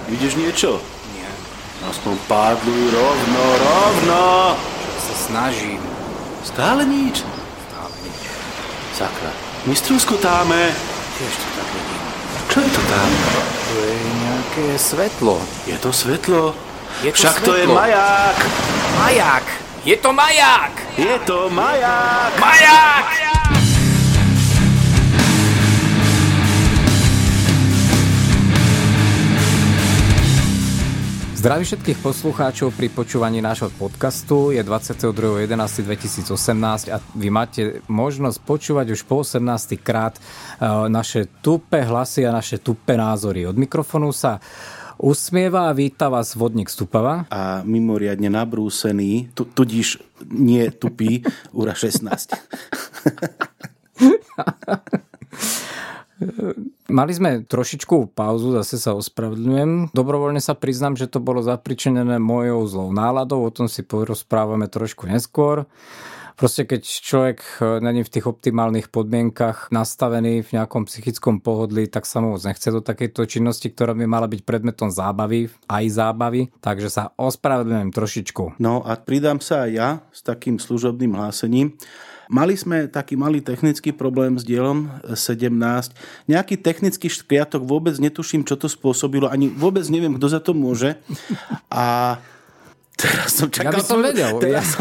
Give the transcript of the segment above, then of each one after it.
Vidíš niečo? Nie. Aspoň pádluj rovno. Však sa snažím. Stále nič? Stále nič. Sakra, my strúskotáme. Tiež to tak vidím. Čo je to tam? To je nejaké svetlo. Je to svetlo? Je to Však svetlo. to je maják. Maják! Je to maják! Je to maják. Maják! Zdravím všetkých poslucháčov pri počúvaní nášho podcastu. Je 22.11.2018 a vy máte možnosť počúvať už po 18. krát naše tupé hlasy a naše tupé názory. Od mikrofónu sa usmieva a víta vás vodník Stupava. A mimoriadne nabrúsený, tudíž nie tupý, Ura 16. Mali sme trošičku pauzu, zase sa ospravedlňujem. Dobrovoľne sa priznám, že to bolo zapričenené mojou zlou náladou, o tom si porozprávame trošku neskôr. Proste keď človek není v tých optimálnych podmienkach nastavený v nejakom psychickom pohodlí, tak sa mu moc nechce do takejto činnosti, ktorá by mala byť predmetom zábavy, takže sa ospravedlňujem trošičku. No a pridám sa aj ja s takým služobným hlásením. Mali sme taký malý technický problém s dielom 17. Nejaký technický škriatok, vôbec netuším, čo to spôsobilo, ani vôbec neviem, kto za to môže. A teraz som čakal... Ja by som vedel.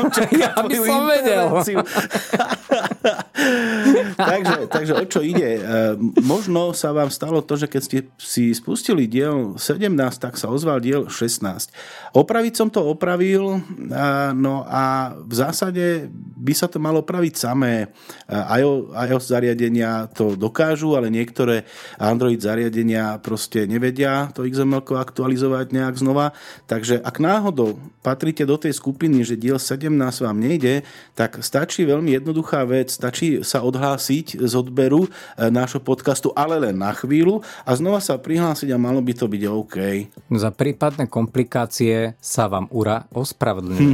takže o čo ide? Možno sa vám stalo to, že keď ste si spustili diel 17, tak sa ozval diel 16. Opraviť som to opravil, no a v zásade by sa to malo opraviť samé. iOS zariadenia to dokážu, ale niektoré Android zariadenia proste nevedia to XML-ko aktualizovať nejak znova. Takže ak náhodou patríte do tej skupiny, že diel 17 vám nejde, tak stačí veľmi jednoduchá vec, stačí sa odhlásiť z odberu nášho podcastu, ale len na chvíľu a znova sa prihlásiť a malo by to byť OK. No za prípadné komplikácie sa vám Ura ospravedlňuje.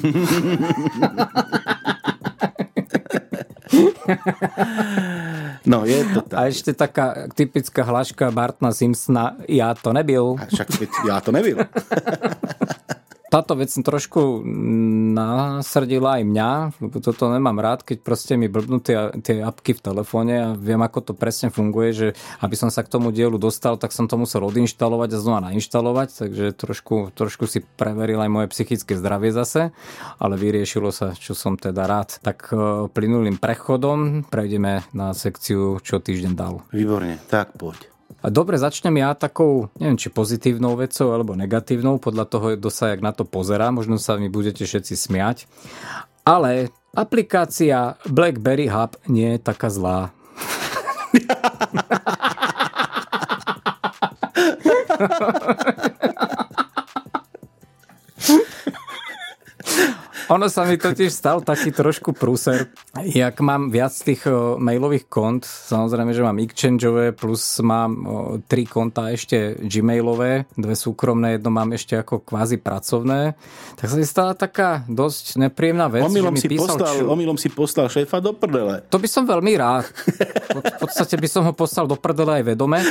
No, je to tak. A ešte taká typická hláška Bartona Simpsona, ja to nebyl. Však ja to nebyl. Táto vec trošku nasrdila aj mňa, lebo toto nemám rád, keď proste mi blbnú tie apky v telefóne a viem, ako to presne funguje, že aby som sa k tomu dielu dostal, tak som to musel odinštalovať a znova nainštalovať, takže trošku si preveril aj moje psychické zdravie zase, ale vyriešilo sa, čo som teda rád. Tak plynulým prechodom prejdeme na sekciu, čo týždeň dal. Výborne, tak poď. A dobre, začnem ja takou, neviem, či pozitívnou vecou alebo negatívnou, podľa toho, kto sa jak na to pozerá, možno sa mi budete všetci smiať. Ale aplikácia BlackBerry Hub nie je taká zlá. Ono sa mi totiž stal taký trošku prúser. Jak mám viac tých mailových kont, samozrejme, že mám exchangeové, plus mám 3 konta ešte gmailové, 2 súkromné, jedno mám ešte ako kvázi pracovné, tak sa mi stala taká dosť nepríjemná vec, Omylom si poslal šéfa do prdele. To by som veľmi rád. V podstate by som ho poslal do prdele aj vedome.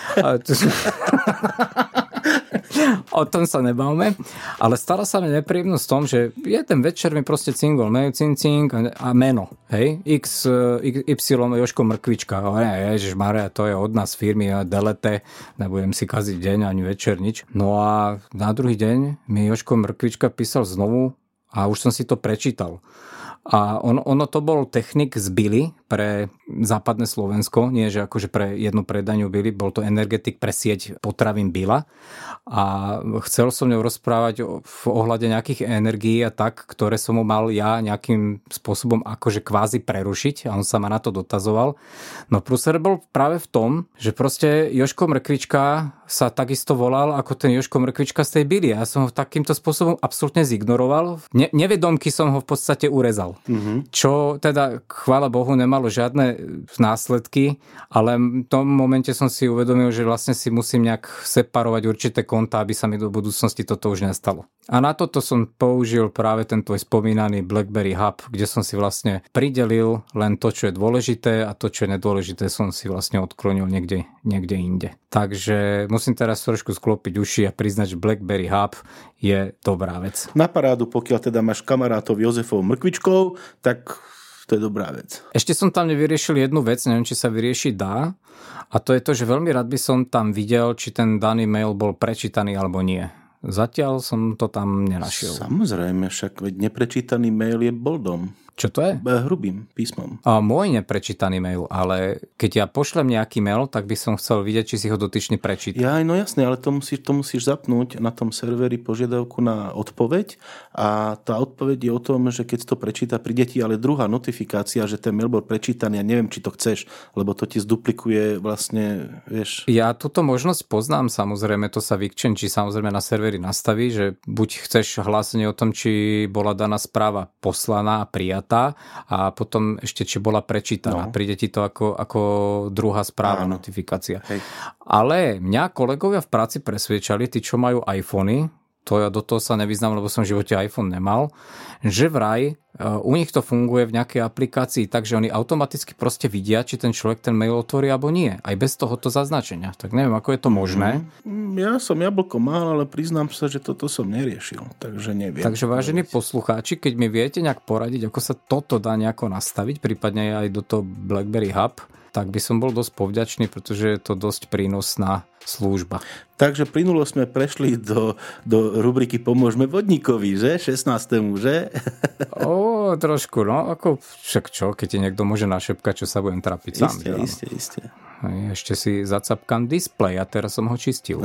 O tom sa nebavme, ale stala sa mi nepríjemnosť v tom, že jeden večer mi proste cingol mail, cing a meno, hej, XY Jožko Mrkvička, ježišmarja, to je od nás firmy, delete, nebudem si kaziť deň ani večer, nič. No a na druhý deň mi Jožko Mrkvička písal znovu a už som si to prečítal. A ono to bol technik z Billy pre západné Slovensko, nie že akože pre jednu predaniu Billy, bol to energetik pre sieť potravín Billa a chcel som ňou rozprávať v ohľade nejakých energií a tak, ktoré som mu mal ja nejakým spôsobom akože kvázi prerušiť a on sa ma na to dotazoval. No prúser bol práve v tom, že proste Jožko Mrkvička sa takisto volal ako ten Jožko Mrkvička z tej Billy. Ja som ho takýmto spôsobom absolútne zignoroval. Nevedomky som ho v podstate urezal. poslal. Čo teda, chvála Bohu, nemalo žiadne následky, ale v tom momente som si uvedomil, že vlastne si musím nejak separovať určité konta, aby sa mi do budúcnosti toto už nestalo. A na toto som použil práve ten tvoj spomínaný BlackBerry Hub, kde som si vlastne pridelil len to, čo je dôležité, a to, čo je nedôležité, som si vlastne odklonil niekde inde. Takže musím teraz trošku sklopiť uši a priznať, že BlackBerry Hub je dobrá vec. Na parádu, pokiaľ teda máš kamarátov Jozefov mrkvičkou, tak to je dobrá vec. Ešte som tam nevyriešil jednu vec, neviem, či sa vyriešiť dá, a to je to, že veľmi rád by som tam videl, či ten daný mail bol prečítaný alebo nie. Zatiaľ som to tam nenašiel. Samozrejme, však neprečítaný mail je boldom. Čo to je? Hrubým písmom. A môj neprečítaný mail, ale keď ja pošlem nejaký mail, tak by som chcel vidieť, či si ho dotyčný prečíta. Ja, no jasné, ale to musíš zapnúť na tom serveri požiadavku na odpoveď, a tá odpoveď je o tom, že keď to prečíta, príde ti ale druhá notifikácia, že ten mail bol prečítaný, a neviem, či to chceš, lebo to ti zduplikuje vlastne, vieš. Ja túto možnosť poznám, samozrejme, to sa či samozrejme na serveri nastaví, že buď chceš hlásenie o tom, či bola daná správa poslaná a prijatá, a potom ešte, či bola prečítaná. Príde ti to ako druhá správa, notifikácia. Hej. Ale mňa kolegovia v práci presviečali, tí, čo majú iPhony, to ja do toho sa nevyznám, lebo som v živote iPhone nemal, že vraj u nich to funguje v nejakej aplikácii, takže oni automaticky proste vidia, či ten človek ten mail otvorí alebo nie. Aj bez tohoto zaznačenia. Tak neviem, ako je to možné. Ja som jablko mal, ale priznám sa, že toto som neriešil, takže neviem. Takže vážení poslucháči, keď mi viete nejak poradiť, ako sa toto dá nejako nastaviť, prípadne aj do toho BlackBerry Hub, tak by som bol dosť povďačný, pretože je to dosť prínosná služba. Takže plynulo sme prešli do rubriky Pomôžme vodníkovi, že? 16. že? Trošku, no. Ako však čo, keď ti niekto môže našepkať, čo sa budem trapiť sám. Isté. Ešte si zacapkám displej a teraz som ho čistil.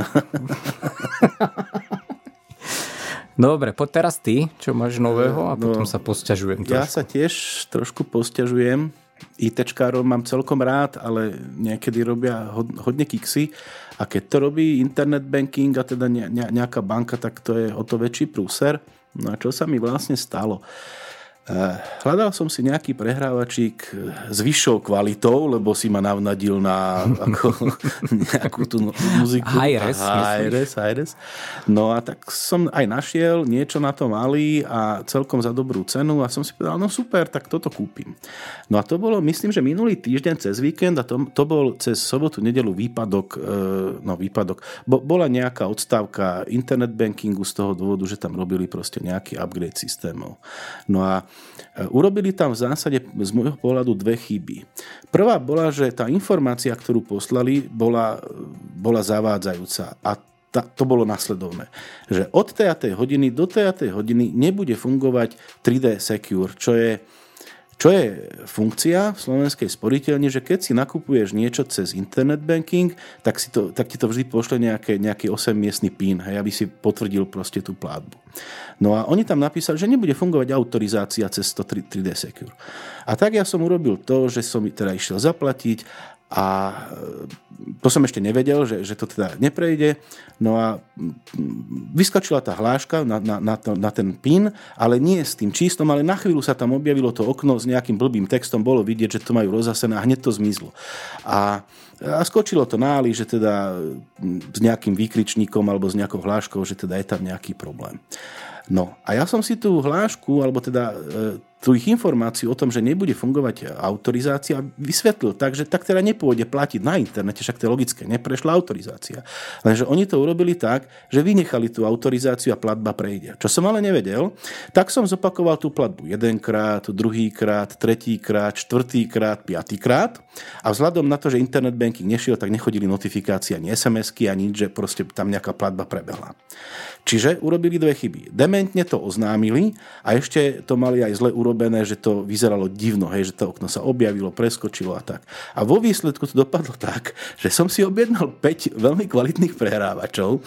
Dobre, poď teraz ty, čo máš nového, a potom sa posťažujem trošku. Ja sa tiež trošku posťažujem. ITčkárov mám celkom rád, ale niekedy robia hodne kiksy, a keď to robí internet banking a teda nejaká banka, tak to je o to väčší prúser. No a čo sa mi vlastne stalo? Hľadal som si nejaký prehrávačík s vyššou kvalitou, lebo si ma navnadil na nejakú tú muziku. Hi-res. No a tak som aj našiel, niečo na to malý a celkom za dobrú cenu, a som si povedal, no super, tak toto kúpim. No a to bolo, myslím, že minulý týždeň cez víkend, a to bol cez sobotu, nedeľu výpadok. Bola nejaká odstávka internet bankingu z toho dôvodu, že tam robili proste nejaký upgrade systémov. No a urobili tam v zásade z môjho pohľadu dve chyby. Prvá bola, že tá informácia, ktorú poslali, bola zavádzajúca, a to bolo nasledovné, že od tej hodiny do tej hodiny nebude fungovať 3D Secure, čo je funkcia v slovenskej sporiteľni, že keď si nakupuješ niečo cez internet banking, tak ti to vždy pošle nejaký 8-miestny PIN, aby si potvrdil proste tú platbu. No a oni tam napísali, že nebude fungovať autorizácia cez to 3D Secure. A tak ja som urobil to, že som teda išiel zaplatiť, a to som ešte nevedel, že to teda neprejde. No a vyskočila tá hláška na ten PIN, ale nie s tým číslom, ale na chvíľu sa tam objavilo to okno s nejakým blbým textom, bolo vidieť, že to majú rozasené, a hneď to zmizlo. A skočilo to náli, že teda s nejakým výkričníkom alebo s nejakou hláškou, že teda je tam nejaký problém. No a ja som si tú hlášku, alebo teda tú ich informáciu o tom, že nebude fungovať autorizácia, vysvetlil tak, že tak teda nepôjde platiť na internete, však to je logické, neprešla autorizácia. Lenže oni to urobili tak, že vynechali tú autorizáciu a platba prejde. Čo som ale nevedel, tak som zopakoval tú platbu jedenkrát, druhýkrát, tretíkrát, štvrtýkrát, piatýkrát, a vzhľadom na to, že internet banking nešiel, tak nechodili notifikácie ani SMS-ky, ani nič, že proste tam nejaká platba prebehla. Čiže urobili dve chyby. Dementne to oznámili a ešte to mali aj zle urobené, že to vyzeralo divno, že to okno sa objavilo, preskočilo a tak. A vo výsledku to dopadlo tak, že som si objednal 5 veľmi kvalitných prehrávačov.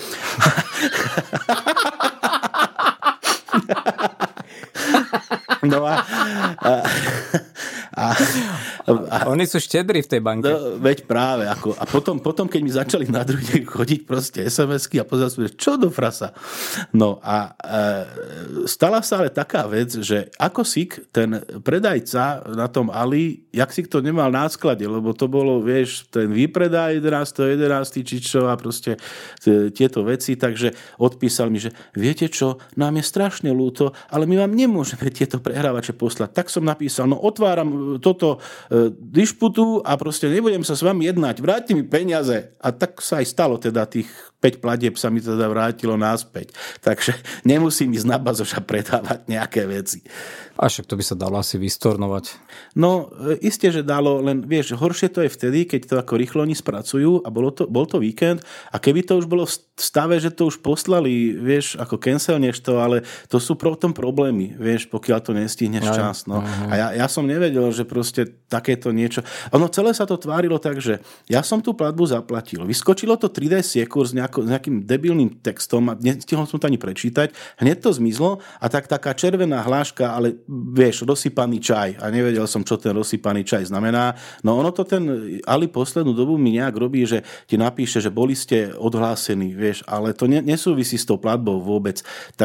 No Oni sú štedrí v tej banke. No, veď práve. A potom, keď mi začali na druhý deň chodiť proste SMS-ky a pozeral som, čo do frasa. No a stala sa ale taká vec, že ako Sik, ten predajca na tom Ali, jak Sik to nemal na sklade, lebo to bolo, vieš, ten výpredaj 11. či čo a proste tieto veci, takže odpísal mi, že viete čo, nám je strašne ľúto, ale my vám nemôžeme tieto prehrávače poslať. Tak som napísal, no otváram toto dišputu a proste nebudem sa s vami jednať, vráťte mi peniaze. A tak sa aj stalo, teda tých 5 platieb sa mi teda vrátilo naspäť. Takže nemusím ísť na bazoš a predávať nejaké veci. A však to by sa dalo asi vystornovať. No, isté, že dalo, len vieš, horšie to je vtedy, keď to ako rýchlo oni spracujú a bol to víkend a keby to už bolo v stave, že to už poslali, vieš, ako cancelneš to, ale to sú potom problémy, vieš, pokiaľ to nestihneš čas. No. A ja som nevedel, že proste takéto niečo. Ono celé sa to tvárilo tak, že ja som tú platbu zaplatil. Vyskočilo to 3D siekur s nejakým debilným textom a nestihol som to ani prečítať. Hneď to zmizlo a tak taká červená hláška, ale vieš, rozsypaný čaj. A nevedel som, čo ten rozsypaný čaj znamená. No ono to ten Ali poslednú dobu mi nejak robí, že ti napíše, že boli ste odhlásení, vieš, ale to nesúvisí s tou platbou vôbec.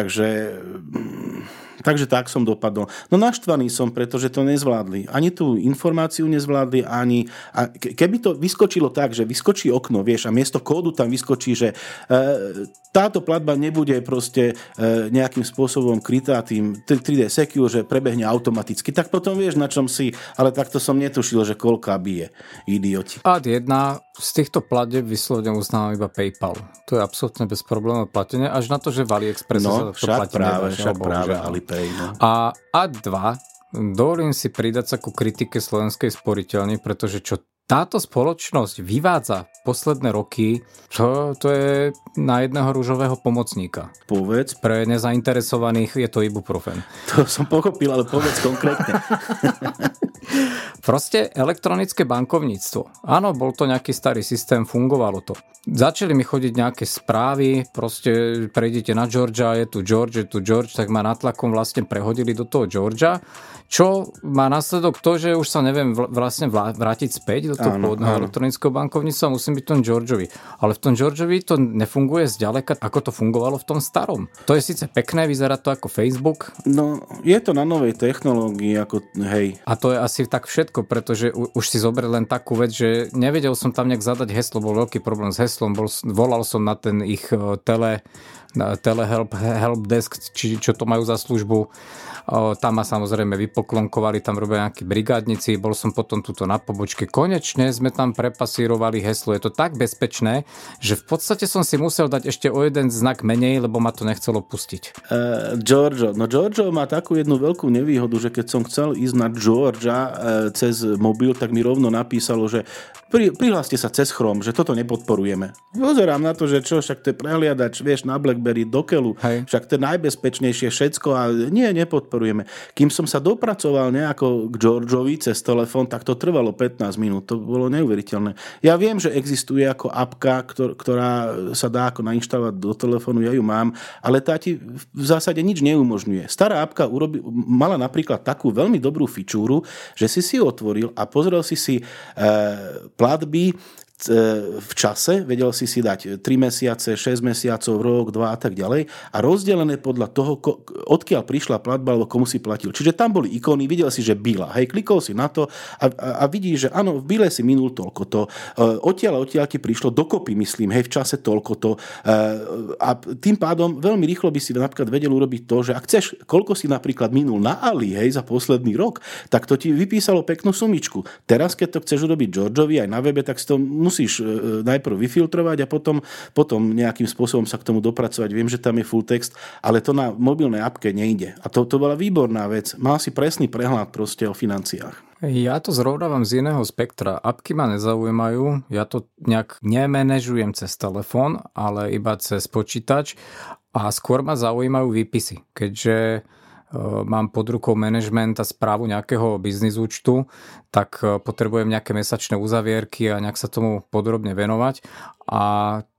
Takže tak som dopadol. No naštvaný som, pretože to nezvládli. Ani tú informáciu nezvládli, ani... A keby to vyskočilo tak, že vyskočí okno, vieš, a miesto kódu tam vyskočí, že táto platba nebude proste nejakým spôsobom krytá tým 3D Secure, že prebehne automaticky, tak potom vieš, na čom si, ale takto som netušil, že koľká bije. Idioti. Ad 1 z týchto platieb vyslovene uznávam iba PayPal. To je absolútne bez problémov platenie, až na to, že v AliExpresse sa to platí. Však práve Alipay. No. A Ad 2, dovolím si pridať sa ku kritike Slovenskej sporiteľni, pretože čo táto spoločnosť vyvádza posledné roky, to je na jedného ružového pomocníka. Povedz. Pre nezainteresovaných je to ibuprofen. To som pochopil, ale povedz konkrétne. Proste elektronické bankovníctvo. Áno, bol to nejaký starý systém, fungovalo to. Začali mi chodiť nejaké správy, proste prejdete na Georgia, je tu George, tak ma natlakom vlastne prehodili do toho Georgia, čo má následok to, že už sa neviem vlastne vrátiť späť do toho pôvodného elektronického bankovníctva, musím byť v tom Georgeovi. Ale v tom Georgeovi to nefunguje zďaleka, ako to fungovalo v tom starom. To je síce pekné, vyzerá to ako Facebook. No, je to na novej technológii, ako hej. A to je asi tak všetko, pretože už si zober len takú vec, že nevedel som tam nejak zadať heslo, bol veľký problém s heslom, volal som na ten ich telehelp desk, čo to majú za službu. Tam ma samozrejme vypoklonkovali, tam robia nejakí brigádnici, bol som potom tuto na pobočke. Konečne sme tam prepasírovali heslo. Je to tak bezpečné, že v podstate som si musel dať ešte o jeden znak menej, lebo ma to nechcelo pustiť. Giorgio má takú jednu veľkú nevýhodu, že keď som chcel ísť na Georgia cez mobil, tak mi rovno napísalo, že prihláste sa cez Chrome, že toto nepodporujeme. Pozerám na to, že čo, však to je prehliadač, vieš, na BlackBerry do keľu, však to je najbezpečnejšie všetko a nepodporujeme. Kým som sa dopracoval nejako k Georgeovi cez telefón, tak to trvalo 15 minút. To bolo neuveriteľné. Ja viem, že existuje ako apka, ktorá sa dá ako nainštalovať do telefónu, ja ju mám, ale tá ti v zásade nič neumožňuje. Stará apka mala napríklad takú veľmi dobrú fičúru, že si otvoril a pozrel si platby v čase, vedel si dať 3 mesiace, 6 mesiacov, rok, 2 a tak ďalej a rozdelené podľa toho, odkiaľ prišla platba alebo komu si platil. Čiže tam boli ikony, videl si, že bila. Hej, klikol si na to a vidíš, že áno, v bile si minul toľkoto. Odtiaľ ti prišlo dokopy, myslím, hej, v čase toľkoto. A tým pádom veľmi rýchlo by si napríklad vedel urobiť to, že ak chceš, koľko si napríklad minul na Ali, hej, za posledný rok, tak to ti vypísalo peknú sumičku. Teraz, keď to chceš urobiť Georgeovi aj na webe, tak si to musíš najprv vyfiltrovať a potom nejakým spôsobom sa k tomu dopracovať. Viem, že tam je full text, ale to na mobilnej appke nejde. A to bola výborná vec. Mal si presný prehľad proste o financiách. Ja to zrovnávam z iného spektra. Apky ma nezaujímajú, ja to nejak nemenežujem cez telefón, ale iba cez počítač a skôr ma zaujímajú výpisy, keďže mám pod rukou management a správu nejakého biznis účtu, tak potrebujem nejaké mesačné uzavierky a nejak sa tomu podrobne venovať a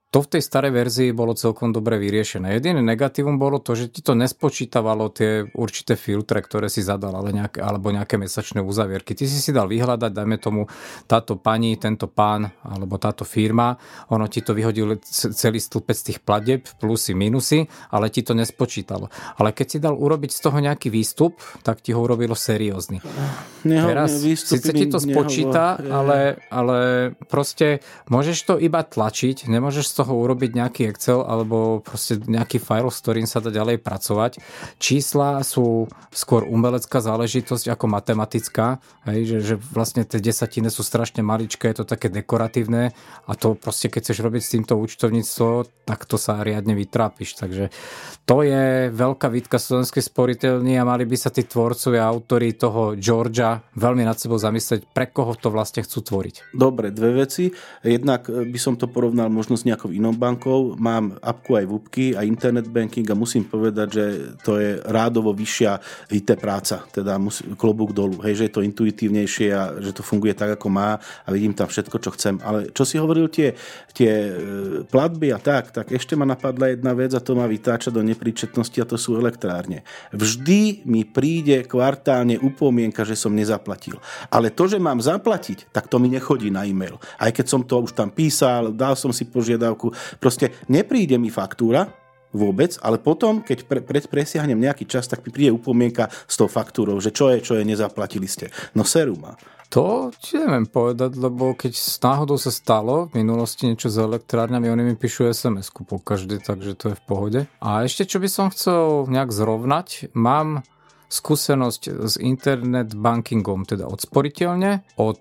to v tej starej verzii bolo celkom dobre vyriešené. Jediné negatívum bolo to, že ti to nespočítavalo tie určité filtre, ktoré si zadal, alebo nejaké mesačné uzavierky. Ty si dal vyhľadať, dajme tomu, táto pani, tento pán, alebo táto firma, ono ti to vyhodilo celý stĺpec tých platieb, plusy, minusy, ale ti to nespočítalo. Ale keď si dal urobiť z toho nejaký výstup, tak ti ho urobilo seriózny. Teraz síce ti to spočíta, ale proste môžeš to iba tlačiť, nemôžeš z toho urobiť nejaký Excel alebo proste nejaký file, s ktorým sa dá ďalej pracovať. Čísla sú skôr umelecká záležitosť ako matematická, hej, že vlastne tie desatiny sú strašne maličké, je to také dekoratívne a to proste keď chceš robiť s týmto účtovníctvo, tak to sa riadne vytrápiš. Takže to je veľká výtka Slovenskej sporiteľni a mali by sa tí tvorcovia, autori toho Georgia veľmi nad sebou zamyslieť, pre koho to vlastne chcú tvoriť. Dobre, dve veci. Jednak by som to porovnal možno s nejakou inou bankou. Mám apku aj VUPky a internet banking a musím povedať, že to je rádovo vyššia IT práca. Teda klobúk dolu. Hej, že je to intuitívnejšie a že to funguje tak, ako má a vidím tam všetko, čo chcem. Ale čo si hovoril tie platby a tak ešte ma napadla jedna vec a to ma vytáča do nepríčetnosti a to sú elektrárne. Vždy mi príde kvartálne upomienka, že som nezaplatil. Ale to, že mám zaplatiť, tak to mi nechodí na e-mail. Aj keď som to už tam písal, dal som si požiadavku, proste nepríde mi faktúra vôbec, ale potom, keď presiahnem nejaký čas, tak mi príde upomienka s tou faktúrou, že čo je, nezaplatili ste. No seru ma. To neviem povedať, lebo keď náhodou sa stalo v minulosti niečo s elektrárňami, oni mi píšu SMS-ku po každej, takže to je v pohode. A ešte čo by som chcel nejak zrovnať, mám skúsenosť s internet bankingom, teda od sporiteľne, od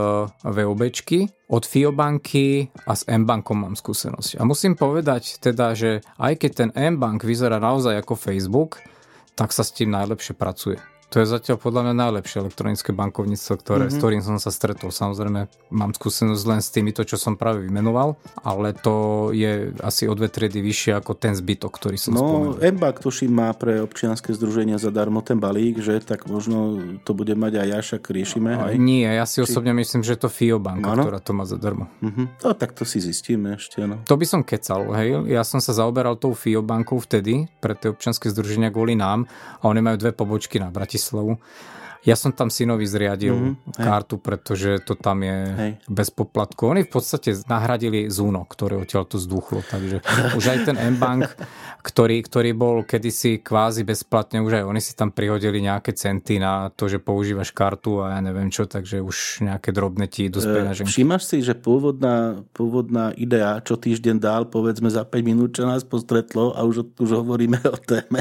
VOBčky, od FIObanky a s M-bankom mám skúsenosť. A musím povedať teda, že aj keď ten M-bank vyzerá naozaj ako Facebook, tak sa s tým najlepšie pracuje. To je zatiaľ podľa mňa najlepšie elektronické bankovníctvo, s ktorým som sa stretol. Samozrejme, mám skúsenosť len s týmito, čo som práve vymenoval, ale to je asi o 2 triedy vyššie ako ten zbytok, ktorý som spomenul. M-bank tuším má pre občianske združenia zadarmo ten balík, že tak možno to bude mať aj ja, však riešime. Hej? Nie, ja si osobne myslím, že je to FIObanka, ktorá to má zadarmo. No tak to si zistíme ešte. No. To by som kecal, hej. Ja som sa zaoberal tou FIObankou vtedy pre tie občianske združenia kvôli nám a oni majú 2 pobočky na Bratislavu. Ja som tam synovi zriadil kartu, pretože to tam je bez poplatku. Oni v podstate nahradili Zuno, ktoré odtiaľ to zdúchlo. Takže už aj ten M-bank, ktorý bol kedysi kvázi bezplatne, už aj oni si tam prihodili nejaké centy na to, že používaš kartu a ja neviem čo, takže už nejaké drobné ti idú z peňaženky. Všímaš si, že pôvodná idea, čo týždeň dál, povedzme za 5 minút, čo nás postretlo a už hovoríme o téme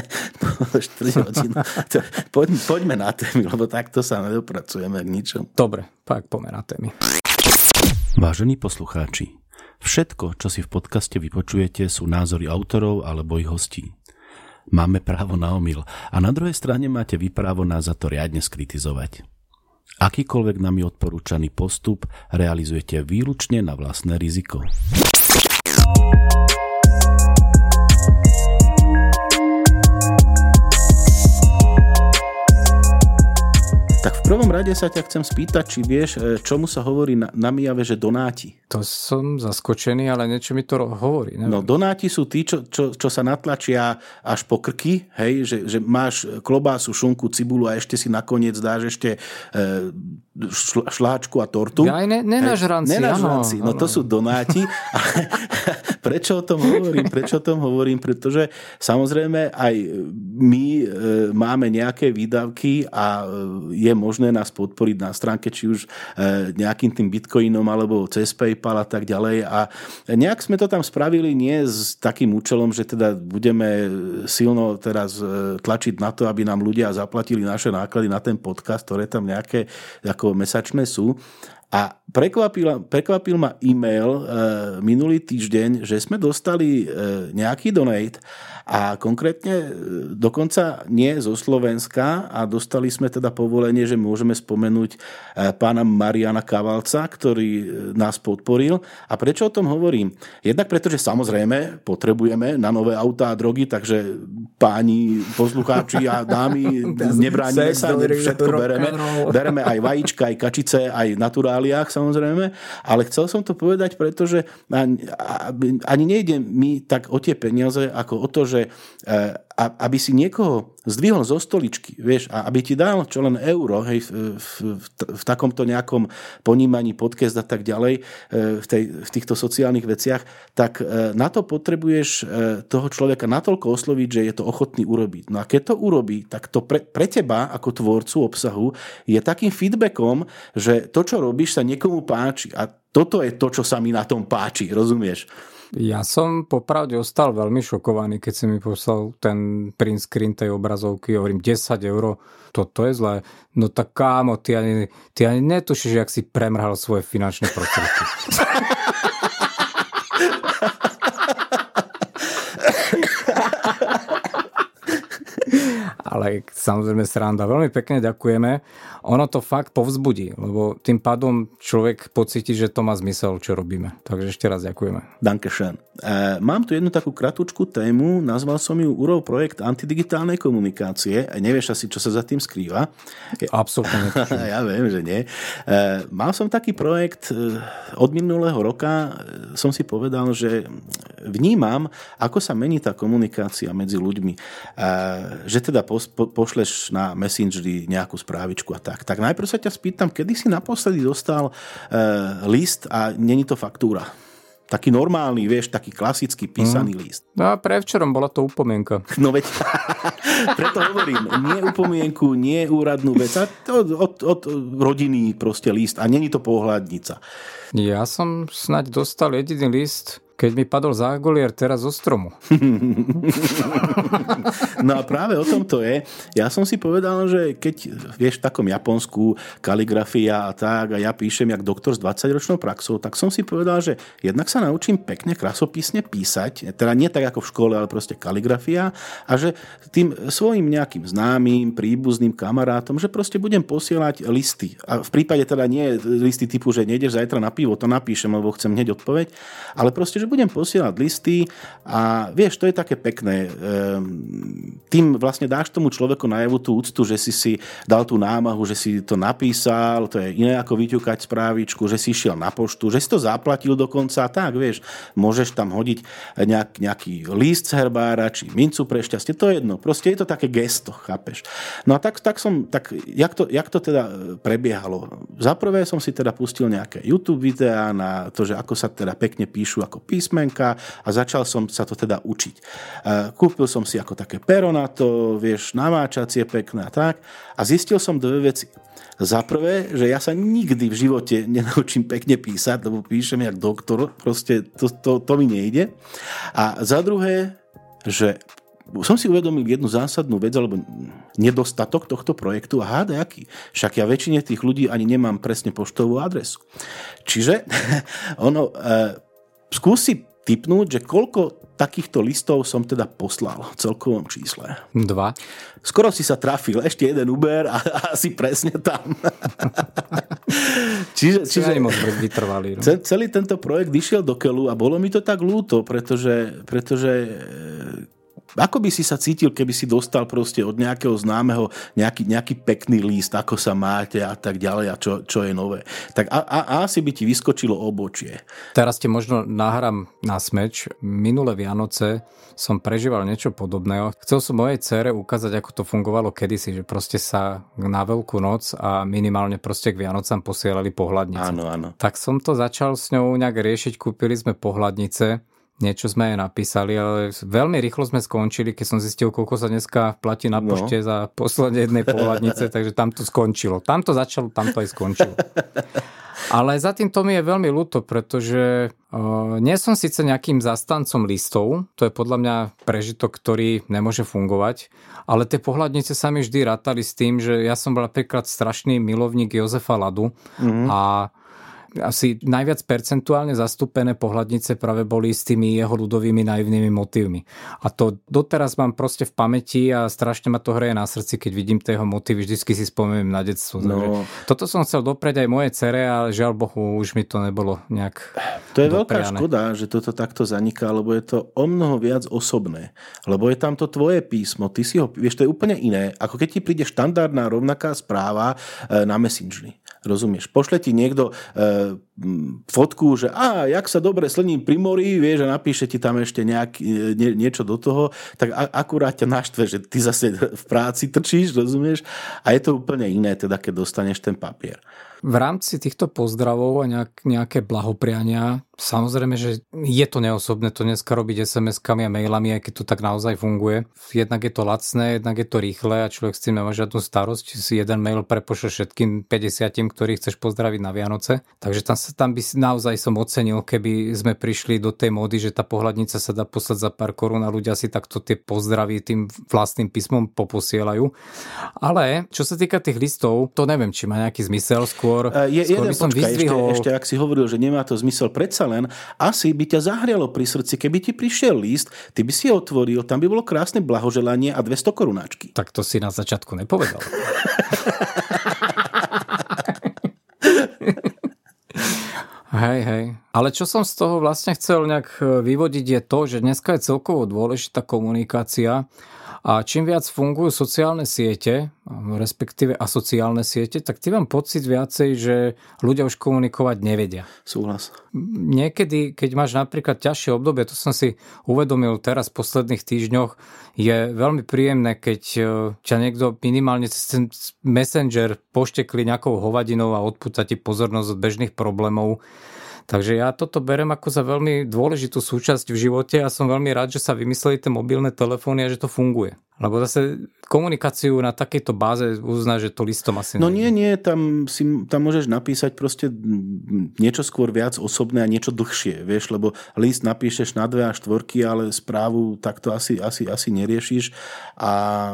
4 hodín. Poďme na témy, lebo takto sa nedopracujeme k ničom. Dobre, tak poďme na témy. Vážení poslucháči, všetko, čo si v podcaste vypočujete, sú názory autorov alebo ich hostí. Máme právo na omyl a na druhej strane máte vy právo nás za to riadne skritizovať. Akýkoľvek nami odporúčaný postup realizujete výlučne na vlastné riziko. Tak v prvom rade sa ťa chcem spýtať, či vieš, čomu sa hovorí na Mijave, že donáti. To som zaskočený, ale niečo mi to hovorí. Neviem. No donáti sú tí, čo sa natlačia až po krky, hej, že máš klobásu, šunku, cibulu a ešte si nakoniec dáš ešte šláčku a tortu. Ja aj nenažranci. No to sú donáti. Prečo o tom hovorím? Pretože samozrejme aj my máme nejaké výdavky a je možné nás podporiť na stránke, či už nejakým tým bitcoinom alebo cez PayPal a tak ďalej. A nejak sme to tam spravili nie s takým účelom, že teda budeme silno teraz tlačiť na to, aby nám ľudia zaplatili naše náklady na ten podcast, ktoré tam nejaké ako mesačné sú. A prekvapil ma e-mail minulý týždeň, že sme dostali nejaký donate a konkrétne dokonca nie zo Slovenska a dostali sme teda povolenie, že môžeme spomenúť pána Mariana Kavalca, ktorý nás podporil. A prečo o tom hovorím? Jednak preto, že samozrejme potrebujeme na nové autá a drogy, takže páni poslucháči a dámy, nebránime sa, všetko bereme. Bereme aj vajíčka, aj kačice, aj naturálne reáliách samozrejme, ale chcel som to povedať, pretože ani nejde mi tak o tie peniaze, ako o to, že aby si niekoho zdvihol zo stoličky, vieš, a aby ti dal čo len euro, hej, v takomto nejakom ponímaní podcast a tak ďalej, v týchto sociálnych veciach, tak na to potrebuješ toho človeka natoľko osloviť, že je to ochotný urobiť. No a keď to urobí, tak to pre teba, ako tvorcu obsahu, je takým feedbackom, že to, čo robíš, sa niekomu páči. A toto je to, čo sa mi na tom páči, rozumieš? Ja som popravde ostal veľmi šokovaný, keď si mi poslal ten print screen tej obrazovky, hovorím 10 €, toto je zlé. No tak kámo, ty ani netušíš, jak si premrhal svoje finančné prostriedky. Ale samozrejme sranda. Veľmi pekne ďakujeme. Ono to fakt povzbudí, lebo tým pádom človek pocíti, že to má zmysel, čo robíme. Takže ešte raz ďakujeme. Dankeschön. Mám tu jednu takú kratučku tému, nazval som ju UROV projekt antidigitálnej komunikácie. Nevieš asi, čo sa za tým skrýva? Absolútne. Ja viem, že nie. Mal som taký projekt od minulého roka, som si povedal, že vnímam, ako sa mení tá komunikácia medzi ľuďmi. Že teda pošleš na Messengeri nejakú správičku a tak. Tak najprv sa ťa spýtam, kedy si naposledy dostal list a není to faktúra? Taký normálny, vieš, taký klasický písaný list. No a prevčerom bola to upomienka. No veď, preto hovorím, nie upomienku, nie úradnú vec, a od rodiny proste list a není to pohľadnica. Ja som snáď dostal jediný list, keď mi padol zágolier teraz zo stromu. No a práve o tom to je. Ja som si povedal, že keď vieš v takom Japonsku kaligrafia a tak a ja píšem jak doktor s 20-ročnou praxou, tak som si povedal, že jednak sa naučím pekne krasopisne písať, teda nie tak ako v škole, ale proste kaligrafia a že tým svojim nejakým známym, príbuzným kamarátom, že proste budem posielať listy. A v prípade teda nie listy typu, že nejdeš zajtra na pivo, to napíšem, lebo chcem hneď odpoveď, ale proste, že budem posielať listy a vieš, to je také pekné. Tým vlastne dáš tomu človeku najavu tú úctu, že si dal tú námahu, že si to napísal, to je iné ako vyťukať správičku, že si šiel na poštu, že si to zaplatil dokonca, tak vieš, môžeš tam hodiť nejaký list z herbára, či mincu pre šťastie, to je jedno, proste je to také gesto, chápeš. No a tak jak to teda prebiehalo? Zaprvé som si teda pustil nejaké YouTube videá na to, že ako sa teda pekne píšu ako písmenka a začal som sa to teda učiť. Kúpil som si ako také pero na to, vieš, namáčacie pekné a tak a zistil som dve veci. Za prvé, že ja sa nikdy v živote nenaučím pekne písať, lebo píšem jak doktor, proste to mi nejde. A za druhé, že som si uvedomil jednu zásadnú vec, alebo nedostatok tohto projektu a hádaj aký. Však ja väčšine tých ľudí ani nemám presne poštovú adresu. Čiže skúsi tipnúť, že koľko takýchto listov som teda poslal v celkovom čísle. 2. Skoro si sa trafil. Ešte jeden Uber a asi presne tam. Čiže moc vytrvalý. No? Celý tento projekt išiel do keľu a bolo mi to tak ľúto, pretože ako by si sa cítil, keby si dostal proste od nejakého známeho nejaký pekný list, ako sa máte a tak ďalej a čo je nové. Tak asi by ti vyskočilo obočie. Teraz ti možno nahrám na smeč. Minulé Vianoce som prežíval niečo podobného. Chcel som mojej dcére ukázať, ako to fungovalo kedysi, že proste sa na Veľkú noc a minimálne proste k Vianocám posielali pohľadnice. Áno. Tak som to začal s ňou nejak riešiť, kúpili sme pohľadnice. Niečo sme aj napísali, ale veľmi rýchlo sme skončili, keď som zistil, koľko sa dneska platí na pošte za posledne jednej pohľadnice, takže tam to skončilo. Tam to začalo, tam to aj skončilo. Ale za tým to mi je veľmi ľúto, pretože nie som síce nejakým zastancom listov, to je podľa mňa prežitok, ktorý nemôže fungovať, ale tie pohľadnice sa mi vždy rátali s tým, že ja som bol napríklad strašný milovník Jozefa Ladu a asi najviac percentuálne zastúpené pohľadnice práve boli s tými jeho ľudovými naivnými motívmi. A to doteraz mám proste v pamäti a strašne ma to hreje na srdci, keď vidím tie jeho motívy, vždycky si spomeniem na detstvo. No. Toto som chcel dopreť aj moje dcere, ale žiaľ Bohu, už mi to nebolo nejak To je veľká škoda, že toto takto zaniká, lebo je to o mnoho viac osobné. Lebo je tam to tvoje písmo, ty si ho, vieš, to je úplne iné, ako keď ti príde štandardná rovnaká správa na Messengeri. Rozumieš? Pošle ti niekto fotku, že jak sa dobre slním pri mori, vieš, a napíše ti tam ešte niečo do toho, tak akurát ťa naštve, že ty zase v práci trčíš, rozumieš? A je to úplne iné, teda keď dostaneš ten papier. V rámci týchto pozdravov a nejaké blahopriania, samozrejme, že je to neosobné to dneska robiť SMS-kami a mailami, aj keď to tak naozaj funguje. Jednak je to lacné, jednak je to rýchle a človek s tým nemá žiadnu starosť. Si jeden mail prepošle všetkým 50, ktorých chceš pozdraviť na Vianoce. Takže tam by si naozaj som ocenil, keby sme prišli do tej módy, že tá pohľadnica sa dá poslať za pár korún a ľudia si takto tie pozdravy tým vlastným písmom poposielajú. Ale čo sa týka tých listov, to neviem, či má nejaký zmysel. Skôr by som vyzdvihol... Ešte ak si hovoril, že nemá to zmysel, predsa len asi by ťa zahrialo pri srdci, keby ti prišiel list, ty by si otvoril, tam by bolo krásne blahoželanie a 200 korunáčky. Tak to si na začiatku nepovedal. Hej. Ale čo som z toho vlastne chcel nejak vyvodiť je to, že dneska je celkovo dôležitá komunikácia a čím viac fungujú sociálne siete, respektíve asociálne siete, tak ty mám pocit viacej, že ľudia už komunikovať nevedia. Súhlas. Niekedy, keď máš napríklad ťažšie obdobie, to som si uvedomil teraz v posledných týždňoch, je veľmi príjemné, keď ťa niekto minimálne cez ten Messenger poštekli nejakou hovadinou a odpúta ti pozornosť od bežných problémov. Takže ja toto berem ako za veľmi dôležitú súčasť v živote a som veľmi rád, že sa vymysleli tie mobilné telefóny a že to funguje. Lebo zase komunikáciu na takejto báze uzná, že to listom asi no nie, tam môžeš napísať proste niečo skôr viac osobné a niečo dlhšie, vieš, lebo list napíšeš na 2 a 4, ale správu takto asi neriešiš a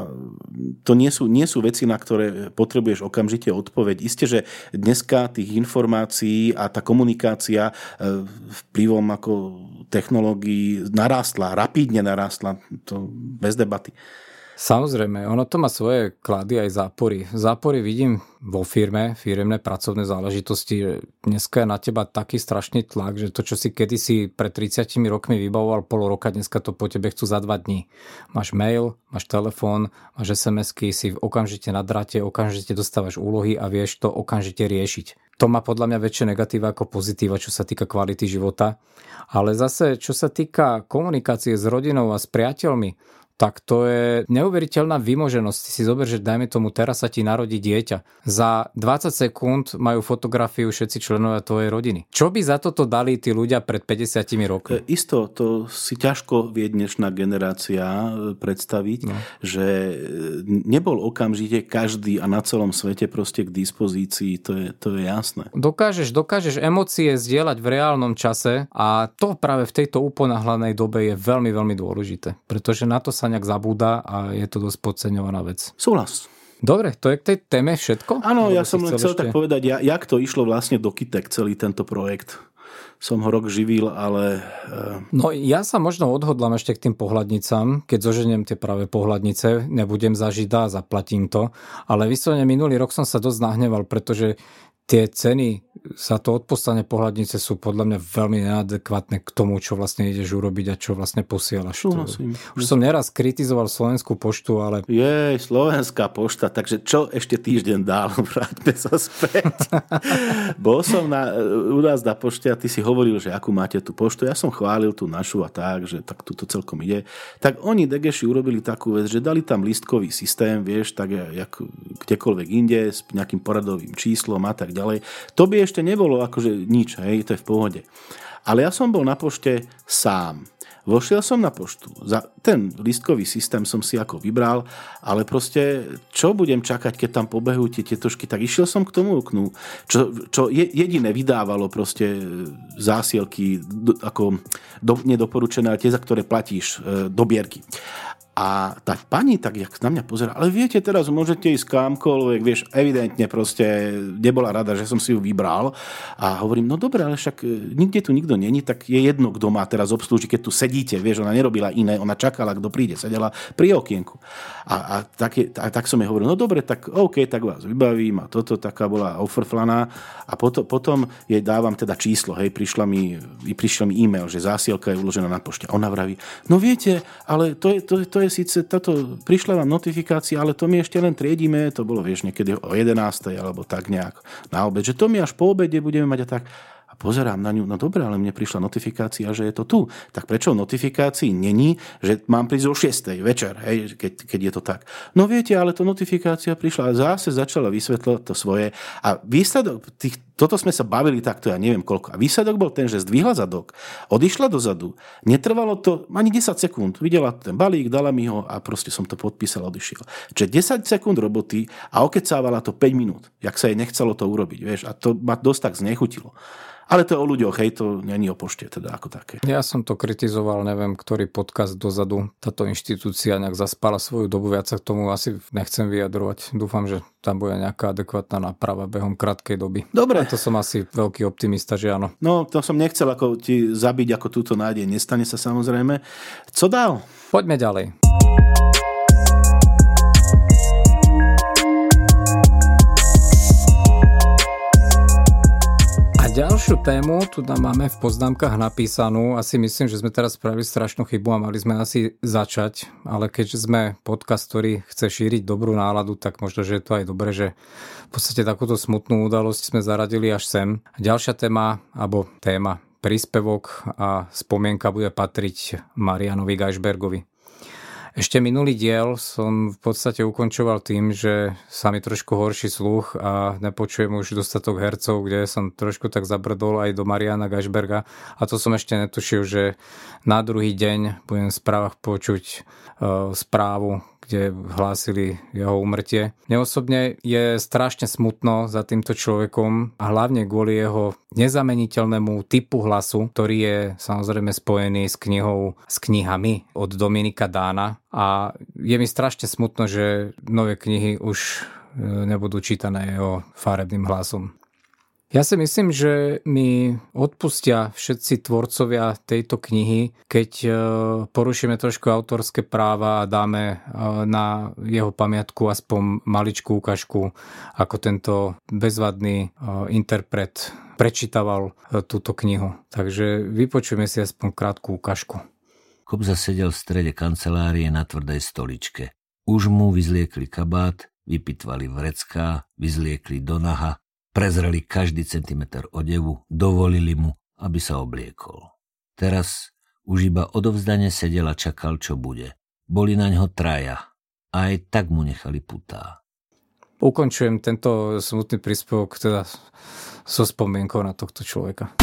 to nie sú veci, na ktoré potrebuješ okamžite odpoveď. Isté, že dneska tých informácií a tá komunikácia vplyvom ako technológií rapídne narástla, to bez debaty. Samozrejme, ono to má svoje klady aj zápory. Zápory vidím vo firemné pracovné záležitosti. Dneska je na teba taký strašný tlak, že to, čo si kedysi pred 30 rokmi vybavoval pol roka, dneska to po tebe chcú za 2 dní. Máš mail, máš telefón, máš SMS-ky, si okamžite na dráte, okamžite dostávaš úlohy a vieš to okamžite riešiť. To má podľa mňa väčšie negatíva ako pozitíva, čo sa týka kvality života. Ale zase, čo sa týka komunikácie s rodinou a s priateľmi, tak to je neuveriteľná vymoženosť. Ty si zober, že dajme tomu, teraz sa ti narodí dieťa. Za 20 sekúnd majú fotografiu všetci členovia tvojej rodiny. Čo by za toto dali tí ľudia pred 50 rokmi? Isto, to si ťažko vie dnešná generácia predstaviť, že nebol okamžite každý a na celom svete proste k dispozícii, to je jasné. Dokážeš emócie zdieľať v reálnom čase a to práve v tejto uponáhlanej dobe je veľmi, veľmi dôležité, pretože na to sa nejak zabúda a je to dosť podceňovaná vec. Súhlas. Dobre, to je k tej téme všetko? Áno, ja som len chcel tak povedať, jak to išlo vlastne do kytek, celý tento projekt. Som ho rok živil, ale... No ja sa možno odhodlám ešte k tým pohľadnicám, keď zoženiem tie práve pohľadnice, nebudem za Žida a zaplatím to, ale vyslovene minulý rok som sa dosť nahneval, pretože tie ceny za to odposlanie pohľadnice sú podľa mňa veľmi neadekvátne k tomu, čo vlastne ideš urobiť a čo vlastne posielaš. Už som neraz kritizoval Slovenskú poštu, ale... Slovenská pošta, takže čo ešte týždeň dál? Vráťme sa späť. Bol som u nás na pošte a ty si hovoril, že akú máte tú poštu. Ja som chválil tú našu a tak, že tak tu to celkom ide. Tak oni degeši urobili takú vec, že dali tam lístkový systém, vieš, tak jak kdekoľvek inde, s nejakým poradovým číslom a tak ďalej. To by ešte nebolo akože nič, hej, to je v pohode. Ale ja som bol na pošte sám. Vošiel som na poštu. Za ten lístkový systém som si ako vybral, ale proste čo budem čakať, keď tam pobehujú tie tietošky, tak išiel som k tomu oknu, čo jediné vydávalo proste zásielky ako nedoporučené, ale tie, za ktoré platíš dobierky. A tá pani tak jak na mňa pozerá, ale viete, teraz môžete ísť kamkoľvek, vieš, evidentne proste nebola rada, že som si ju vybral a hovorím, no dobre, ale však nikde tu nikto není, tak je jedno, kto má teraz obslúžiť, keď tu sedíte, vieš, ona nerobila iné, ona čakala, kto príde, sedela pri okienku. A tak som jej hovoril, no dobre, tak OK, tak vás vybavím a toto, taká bola ofrflaná a potom jej dávam teda číslo, hej, prišiel mi e-mail, že zásielka je uložená na pošte. A ona vraví, no viete, ale to je je síce, prišla vám notifikácia, ale to my ešte len triedíme, to bolo, vieš, niekedy o 11. alebo tak nejak na obed, že to my až po obede budeme mať a tak. A pozerám na ňu, no dobre, ale mne prišla notifikácia, že je to tu. Tak prečo v notifikácii není, že mám prísť o 6. večer, hej, keď je to tak? No viete, ale to notifikácia prišla a zase začala vysvetľovať to svoje. A výsledok, toto sme sa bavili takto, ja neviem koľko. A výsledok bol ten, že zdvihla zadok, odišla dozadu, netrvalo to ani 10 sekúnd. Videla ten balík, dala mi ho a proste som to podpísal a odišiel. Čiže 10 sekúnd roboty a okecávala to 5 minút, jak sa jej nechcelo to urobiť, vieš. A to ma dosť tak znechutilo. Ale to je o ľuďoch, hej, to není o pošte teda ako také. Ja som to kritizoval, neviem, ktorý podcast dozadu. Táto inštitúcia nejak zaspala svoju dobu, viac sa k tomu asi nechcem vyjadrovať. Dúfam, že tam bude nejaká adekvátna náprava behom krátkej doby. Dobre. A to som asi veľký optimista, že áno. No, to som nechcel ako ti zabiť ako túto nádej. Nestane sa samozrejme. Co dál? Poďme ďalej. Ďalšiu tému tu máme v poznámkach napísanú. Asi myslím, že sme teraz spravili strašnú chybu a mali sme asi začať, ale keďže sme podcast, ktorý chce šíriť dobrú náladu, tak možno, že je to aj dobré, že v podstate takúto smutnú udalosť sme zaradili až sem. Ďalšia téma, alebo téma, príspevok a spomienka bude patriť Marianovi Geisbergovi. Ešte minulý diel som v podstate ukončoval tým, že sa mi trošku horší sluch a nepočujem už dostatok hercov, kde som trošku tak zabrdol aj do Mariana Geisberga a to som ešte netušil, že na druhý deň budem v správach počuť správu, kde hlásili jeho úmrtie. Mne osobne je strašne smutno za týmto človekom a hlavne kvôli jeho nezameniteľnému typu hlasu, ktorý je samozrejme spojený s knihami od Dominika Dána a je mi strašne smutno, že nové knihy už nebudú čítané jeho farebným hlasom. Ja si myslím, že mi odpustia všetci tvorcovia tejto knihy, keď porušíme trošku autorské práva a dáme na jeho pamiatku aspoň maličkú ukážku, ako tento bezvadný interpret prečítaval túto knihu. Takže vypočujeme si aspoň krátku ukážku. Kobza sedel v strede kancelárie na tvrdej stoličke. Už mu vyzliekli kabát, vypitvali vrecká, vyzliekli do naha, prezreli každý centimeter odevu, dovolili mu, aby sa obliekol. Teraz už iba odovzdane sedel a čakal, čo bude. Boli naňho traja a aj tak mu nechali putá. Ukončujem tento smutný príspevok teda so spomienkou na tohto človeka.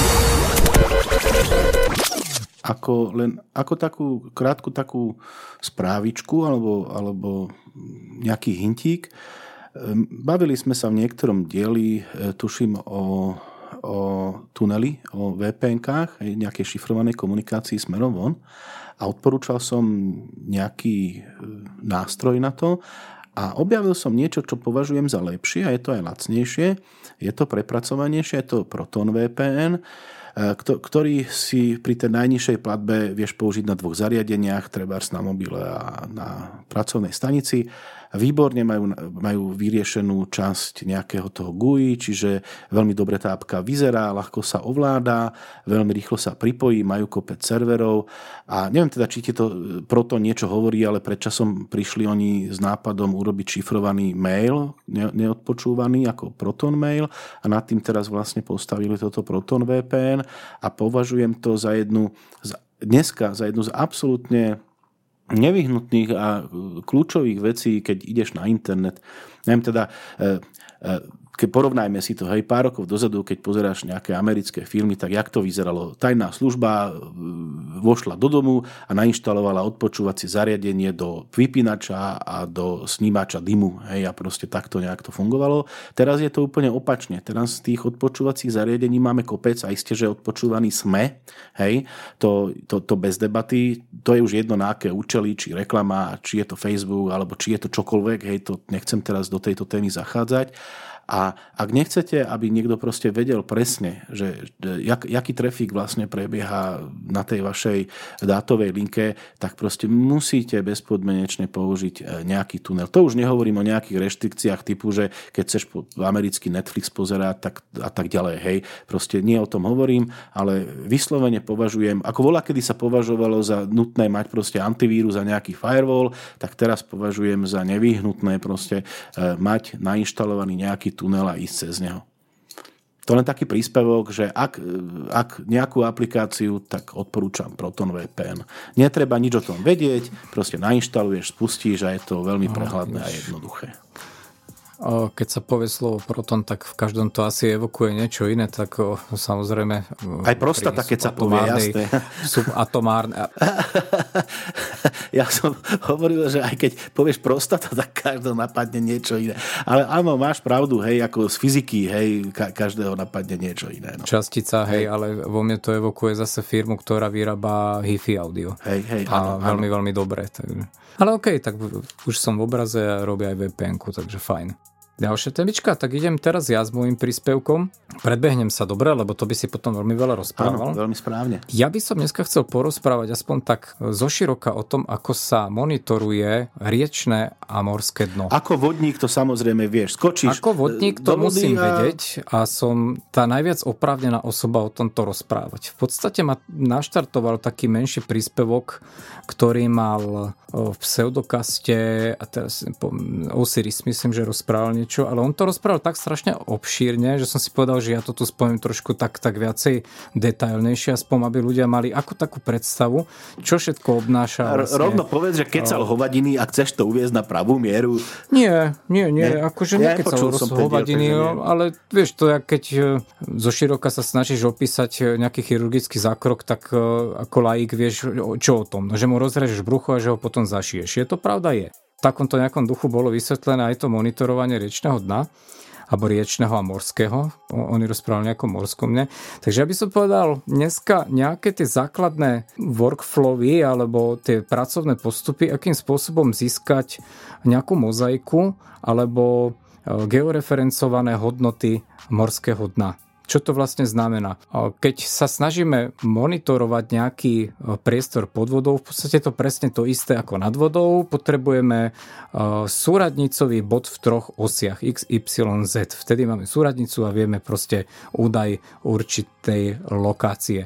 Ako takú krátku takú správičku alebo nejaký hintík. Bavili sme sa v niektorom dieli, tuším, o tuneli, o VPN-kách, nejakej šifrovanej komunikácii smerom von a odporúčal som nejaký nástroj na to a objavil som niečo, čo považujem za lepšie a je to aj lacnejšie, je to prepracovanejšie, je to Proton VPN, ktorý si pri tej najnižšej platbe vieš použiť na 2 zariadeniach, trebárs na mobile a na pracovnej stanici. Výborne majú vyriešenú časť nejakého toho GUI, čiže veľmi dobre tá apka vyzerá, ľahko sa ovláda, veľmi rýchlo sa pripojí, majú kopec serverov a neviem teda, či ti to Proton niečo hovorí, ale predčasom prišli oni s nápadom urobiť šifrovaný mail, neodpočúvaný ako Proton mail a nad tým teraz vlastne postavili toto Proton VPN a považujem to dneska za jednu z absolútne nevyhnutných a kľúčových vecí, keď ideš na internet. Neviem teda, keď porovnajme si to, hej, pár rokov dozadu, keď pozeráš nejaké americké filmy, tak jak to vyzeralo? Tajná služba vošla do domu a nainštalovala odpočúvacie zariadenie do vypínača a do snímača dymu. Hej, a proste takto nejak to fungovalo. Teraz je to úplne opačne. Teraz z tých odpočúvacích zariadení máme kopec a isté, že odpočúvaní sme. Hej, to bez debaty. To je už jedno na aké účely, či reklama, či je to Facebook, alebo či je to čokoľvek. Hej, to nechcem teraz do tejto témy zachádzať. A ak nechcete, aby niekto proste vedel presne, že jaký trafík vlastne prebieha na tej vašej dátovej linke, tak proste musíte bezpodmienečne použiť nejaký tunel. To už nehovorím o nejakých reštrikciách typu, že keď chceš americký Netflix pozerať tak, a tak ďalej, hej. Proste nie o tom hovorím, ale vyslovene považujem, ako voľakedy sa považovalo za nutné mať proste antivírus a nejaký firewall, tak teraz považujem za nevyhnutné proste mať nainštalovaný nejaký tunel a ísť cez neho. To len taký príspevok, že ak nejakú aplikáciu, tak odporúčam Proton VPN. Netreba nič o tom vedieť, proste nainštaluješ, spustíš a je to veľmi prehľadné a jednoduché. Keď sa povie slovo proton, tak v každom to asi evokuje niečo iné, tak samozrejme... Aj prostata, keď sa povie, jasné. Subatomárne. Ja som hovoril, že aj keď povieš prostata, tak každého napadne niečo iné. Ale áno, máš pravdu, hej, ako z fyziky, hej, každého napadne niečo iné. No. Častica, hej, ale vo mne to evokuje zase firmu, ktorá vyrába hi-fi audio. Hej, áno. Veľmi, veľmi dobré. Takže. Ale okej, tak už som v obraze a robia aj VPN-ku, takže fajn. Ďalšia témička, tak idem teraz ja s môjim príspevkom. Predbehnem sa dobre, lebo to by si potom veľmi veľa rozprával. Áno, veľmi správne. Ja by som dneska chcel porozprávať aspoň tak zoširoka o tom, ako sa monitoruje riečne a morské dno. Ako vodník to samozrejme vieš. Skočíš ako vodník to musím vedieť a som tá najviac oprávnená osoba o tomto rozprávať. V podstate ma naštartoval taký menší príspevok, ktorý mal v pseudokaste a teraz Osiris, myslím, že rozprával niečo, ale on to rozprával tak strašne obšírne, že som si povedal, že ja to tu spojím trošku tak viacej detailnejšie, aspoň aby ľudia mali ako takú predstavu, čo všetko obnáša. Vlastne. Rovno povedz, že kecal hovadiny a chceš to uviesť na pravú mieru. Nie, akože nekecal hovadiny, ale vieš, to je, keď zo široka sa snažíš opísať nejaký chirurgický zákrok, tak ako laik vieš, čo o tom, že mu rozrežeš brucho a že ho potom zašiješ. Je to pravda? Je. V takomto nejakom duchu bolo vysvetlené aj to monitorovanie riečného dna, alebo riečného a morského. Oni rozprávali nejakom morskom dne. Takže ja by som povedal, dneska nejaké tie základné workflowy alebo tie pracovné postupy, akým spôsobom získať nejakú mozaiku alebo georeferencované hodnoty morského dna. Čo to vlastne znamená? Keď sa snažíme monitorovať nejaký priestor pod vodou, v podstate to presne to isté ako nad vodou. Potrebujeme súradnicový bod v troch osiach X, Y, Z. Vtedy máme súradnicu a vieme proste údaj určitej lokácie.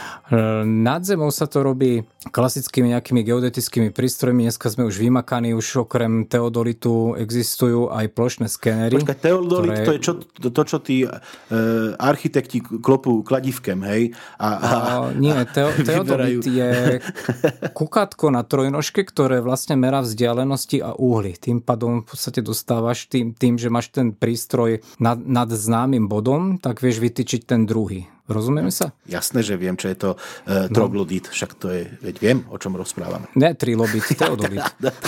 Nad zemou sa to robí klasickými nejakými geodetickými prístrojmi. Dneska sme už vymakaní, už okrem teodolitu existujú aj plošné skenery. Počkaj, teodolit to je to, čo tí architekti klopú kladívkem, hej? Nie, teodolit je kukátko na trojnožke, ktoré vlastne merá vzdialenosti a úhly. Tým pádom v podstate dostávaš tým, že máš ten prístroj nad známym bodom, tak vieš vytyčiť ten druhý. Rozumieme sa? Jasné, že viem, čo je to troglodit, však to je, veď viem, o čom rozprávame. Ne, trilobit, teodolit.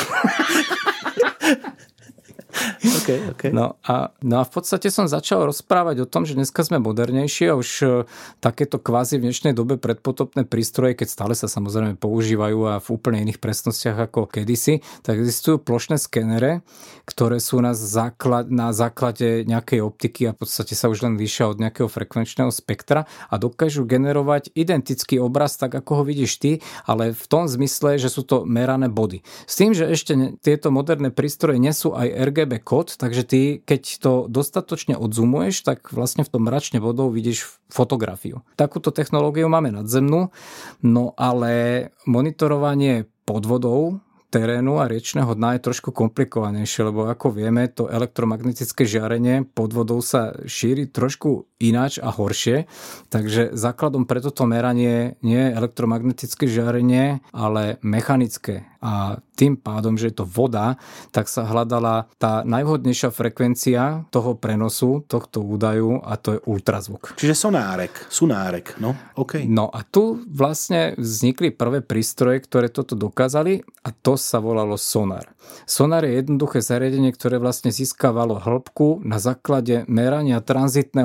Okay. No a v podstate som začal rozprávať o tom, že dneska sme modernejší a už takéto kvázi v dnešnej dobe predpotopné prístroje, keď stále sa samozrejme používajú a v úplne iných presnostiach ako kedysi, tak existujú plošné skenere, ktoré sú na základe nejakej optiky a v podstate sa už len líšia od nejakého frekvenčného spektra a dokážu generovať identický obraz tak, ako ho vidíš ty, ale v tom zmysle, že sú to merané body. S tým, že ešte tieto moderné prístroje nesú aj RGB kód, takže ty, keď to dostatočne odzumuješ, tak vlastne v tom mračne vodou vidíš fotografiu. Takúto technológiu máme nadzemnú, no ale monitorovanie pod vodou terénu a riečného dna je trošku komplikovanejšie, lebo ako vieme, to elektromagnetické žiarenie pod vodou sa šíri trošku ináč a horšie, takže základom pre toto meranie nie je elektromagnetické žiarenie, ale mechanické. A tým pádom, že je to voda, tak sa hľadala tá najvhodnejšia frekvencia toho prenosu, tohto údaju a to je ultrazvuk. Čiže sonárek, no, OK. No a tu vlastne vznikli prvé prístroje, ktoré toto dokázali a to sa volalo sonar. Sonar je jednoduché zariadenie, ktoré vlastne získavalo hĺbku na základe merania tranzitného času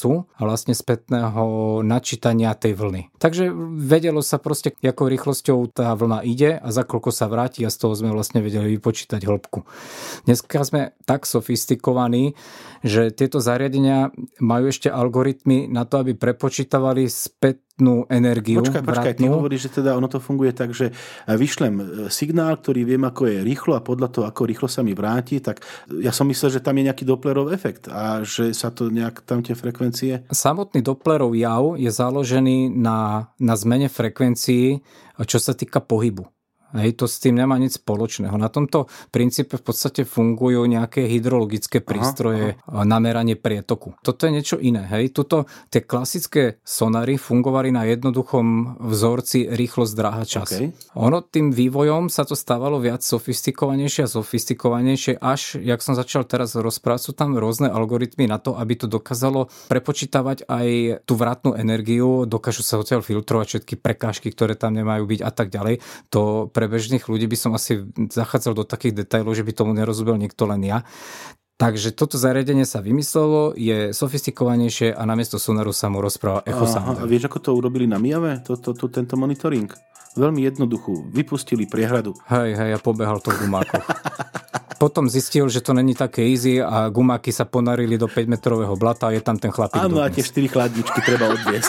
času a vlastne spätného načítania tej vlny. Takže vedelo sa proste, akou rýchlosťou tá vlna ide a za koľko sa vráti a z toho sme vlastne vedeli vypočítať hĺbku. Dneska sme tak sofistikovaní, že tieto zariadenia majú ešte algoritmy na to, aby prepočítavali spätnú energiu. Počkaj, ty hovoríš, že teda ono to funguje tak, že vyšlem signál, ktorý viem, ako je rýchlo a podľa toho, ako rýchlo sa mi vráti, tak ja som myslel, že tam je nejaký Dopplerov efekt a že sa to nejak tam tie frekvencie... Samotný Dopplerov jav je založený na zmene frekvencií, čo sa týka pohybu. Hej, to s tým nemá nič spoločného. Na tomto princípe v podstate fungujú nejaké hydrologické prístroje na meranie prietoku. Toto je niečo iné. Hej. Tie klasické sonary fungovali na jednoduchom vzorci rýchlosť, dráha, čas. Okay. Ono tým vývojom sa to stávalo viac sofistikovanejšie a sofistikovanejšie, až, jak som začal teraz rozprávať, sú tam rôzne algoritmy na to, aby to dokázalo prepočítavať aj tú vratnú energiu, dokážu sa odtiaľ filtrovať všetky prekážky, ktoré tam nemajú byť a tak ďalej. To pre bežných ľudí by som asi zachádzal do takých detailov, že by tomu nerozumel niekto len ja. Takže toto zariadenie sa vymyslelo, je sofistikovanejšie a namiesto sonaru sa mu rozpráva echo sounder. A vieš, ako to urobili na Miave, tento monitoring? Veľmi jednoduchú. Vypustili priehradu. Hej, a pobehal to v gumákoch. Potom zistil, že to není také easy a gumáky sa ponarili do 5-metrového blata a je tam ten chlapík. Áno, a tie 4 chladničky treba odviesť.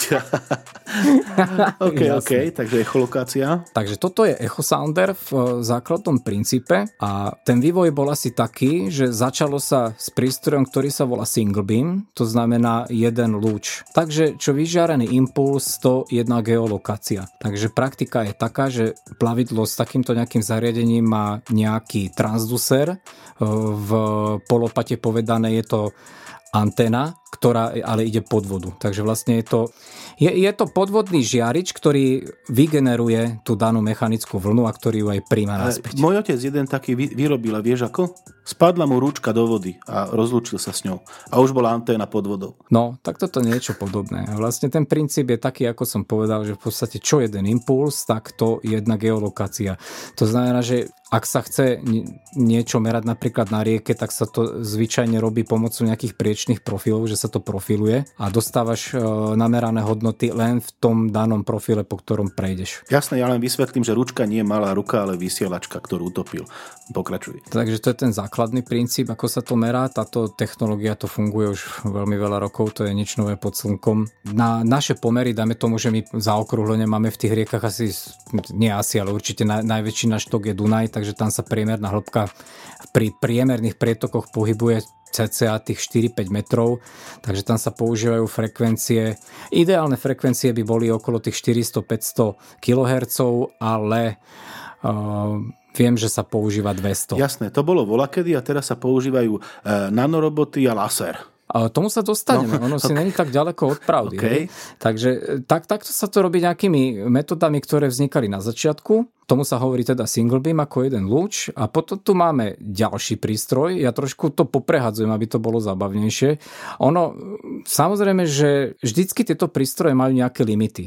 OK, takže echolokácia. Takže toto je echo sounder v základnom princípe a ten vývoj bol asi taký, že začalo sa s prístrojom, ktorý sa volá single beam, to znamená jeden lúč. Takže čo vyžiarený impuls, to jedna geolokácia. Takže praktika je taká, že plavidlo s takýmto nejakým zariadením má nejaký transducer. V polopate povedané je to anténa, ktorá ale ide pod vodu. Takže vlastne je to podvodný žiarič, ktorý vygeneruje tú danú mechanickú vlnu a ktorý ju aj príjma naspäť. Môj otec jeden taký vyrobil, vieš ako? Spadla mu rúčka do vody a rozlúčil sa s ňou. A už bola anténa pod vodou. No, tak toto je niečo podobné. A vlastne ten princíp je taký, ako som povedal, že v podstate čo jeden impuls, tak to jedna geolokácia. To znamená, že ak sa chce niečo merať napríklad na rieke, tak sa to zvyčajne robí pomocou nejakých priečných profilov, že sa to profiluje a dostávaš namerané hodnoty len v tom danom profile, po ktorom prejdeš. Jasné, ja len vysvetlím, že ručka nie je malá ruka, ale vysielačka, ktorú utopil. Pokračuj. Takže to je ten základný princíp, ako sa to merá. Táto technológia to funguje už veľmi veľa rokov, to je nič nové pod slnkom. Na naše pomery, dáme tomu, že my zaokrúhlene máme v tých riekach ale určite najväčší náš tok je Dunaj, takže tam sa priemerná hĺbka pri priemerných prietokoch pohybuje cca tých 4-5 metrov, takže tam sa používajú frekvencie. Ideálne frekvencie by boli okolo tých 400-500 kHz, ale viem, že sa používa 200. Jasné, to bolo volakedy a teraz sa používajú nanoroboty a laser. A tomu sa dostaneme, ono si není tak ďaleko od pravdy. Okay. Takže takto sa to robí nejakými metodami, ktoré vznikali na začiatku. Tomu sa hovorí teda single beam ako jeden lúč a potom tu máme ďalší prístroj. Ja trošku to poprehadzujem, aby to bolo zábavnejšie. Samozrejme, že vždycky tieto prístroje majú nejaké limity.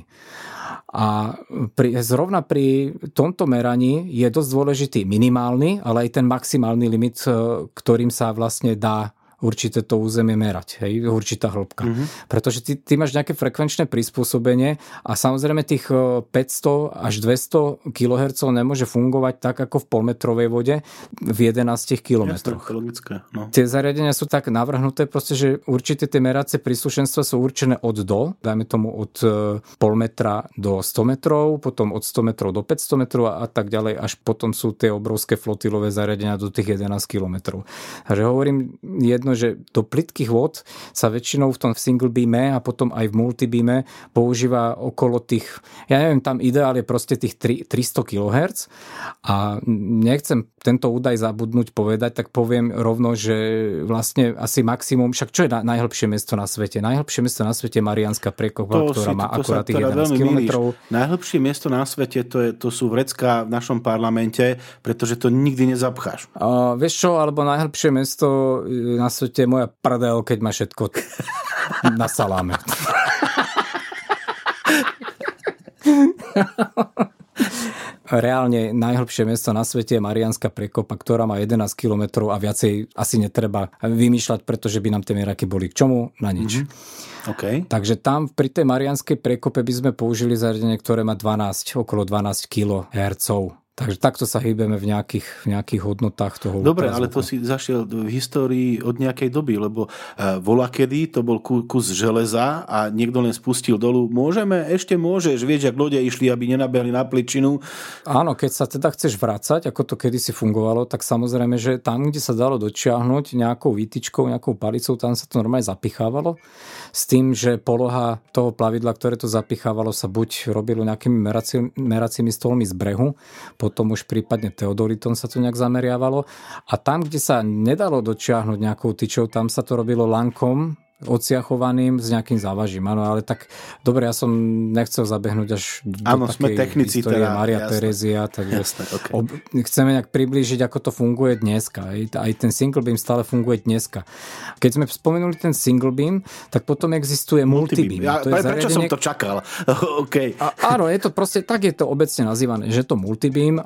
A zrovna pri tomto meraní je dosť dôležitý minimálny, ale aj ten maximálny limit, ktorým sa vlastne dá určité to územie merať, hej, určitá hĺbka. Pretože ty máš nejaké frekvenčné prispôsobenie a samozrejme tých 500 až 200 kHz nemôže fungovať tak ako v polmetrovej vode v 11 kilometroch. Jasne, logické, no. Tie zariadenia sú tak navrhnuté proste, že určité tie meracie príslušenstva sú určené od do, dajme tomu od pol metra do 100 metrov, potom od 100 metrov do 500 metrov a tak ďalej, až potom sú tie obrovské flotilové zariadenia do tých 11 kilometrov. Takže hovorím že do plytkých vôd sa väčšinou v tom single beame a potom aj v multibeame používa okolo tých, ja neviem, tam ideál je proste tých 300 kHz a nechcem tento údaj zabudnúť povedať, tak poviem rovno, že vlastne asi maximum, však čo je najhlbšie miesto na svete? Najhlbšie miesto na svete je Mariánska priekopa, ktorá má akurát tých 11 km. Najhlbšie miesto na svete to sú vrecká v našom parlamente, pretože to nikdy nezapcháš. Vieš čo, alebo najhlbšie miesto na svete je moja prdel, keď má všetko na saláme. reálne najhlbšie miesto na svete je Mariánska prekopa, ktorá má 11 kilometrov a viacej asi netreba vymýšľať, pretože by nám tie meraky boli k čomu? Na nič. Okay. Takže tam pri tej Mariánskej prekope by sme použili zariadenie, ktoré má okolo 12 kHz. Takže takto sa hýbeme v nejakých hodnotách toho. Dobre, ale to si zašiel v histórii od nejakej doby, lebo volakedy to bol kus železa a niekto len spustil dolu. Môžeš, vieš, ak ľudia išli, aby nenabehli na pličinu. Áno, keď sa teda chceš vracať, ako to kedysi fungovalo, tak samozrejme, že tam, kde sa dalo dočiahnuť nejakou výtičkou, nejakou palicou, tam sa to normálne zapichávalo. S tým, že poloha toho plavidla, ktoré to zapichávalo, sa buď robilo nejakými meracími stolmi z brehu, potom už prípadne teodolitom sa to nejak zameriavalo. A tam, kde sa nedalo dočiahnuť nejakou tyčou, tam sa to robilo lankom, odsiachovaným s nejakým závažím. Áno, ale tak dobre, ja som nechcel zabehnúť až do takej histórie Maria Terezia, takže chceme nejak priblížiť, ako to funguje dneska. Aj ten single beam stále funguje dneska. Keď sme spomenuli ten single beam, tak potom existuje multibeam. Prečo som to čakal? Okay. Áno, je to proste, tak je to obecne nazývané, že to multibeam,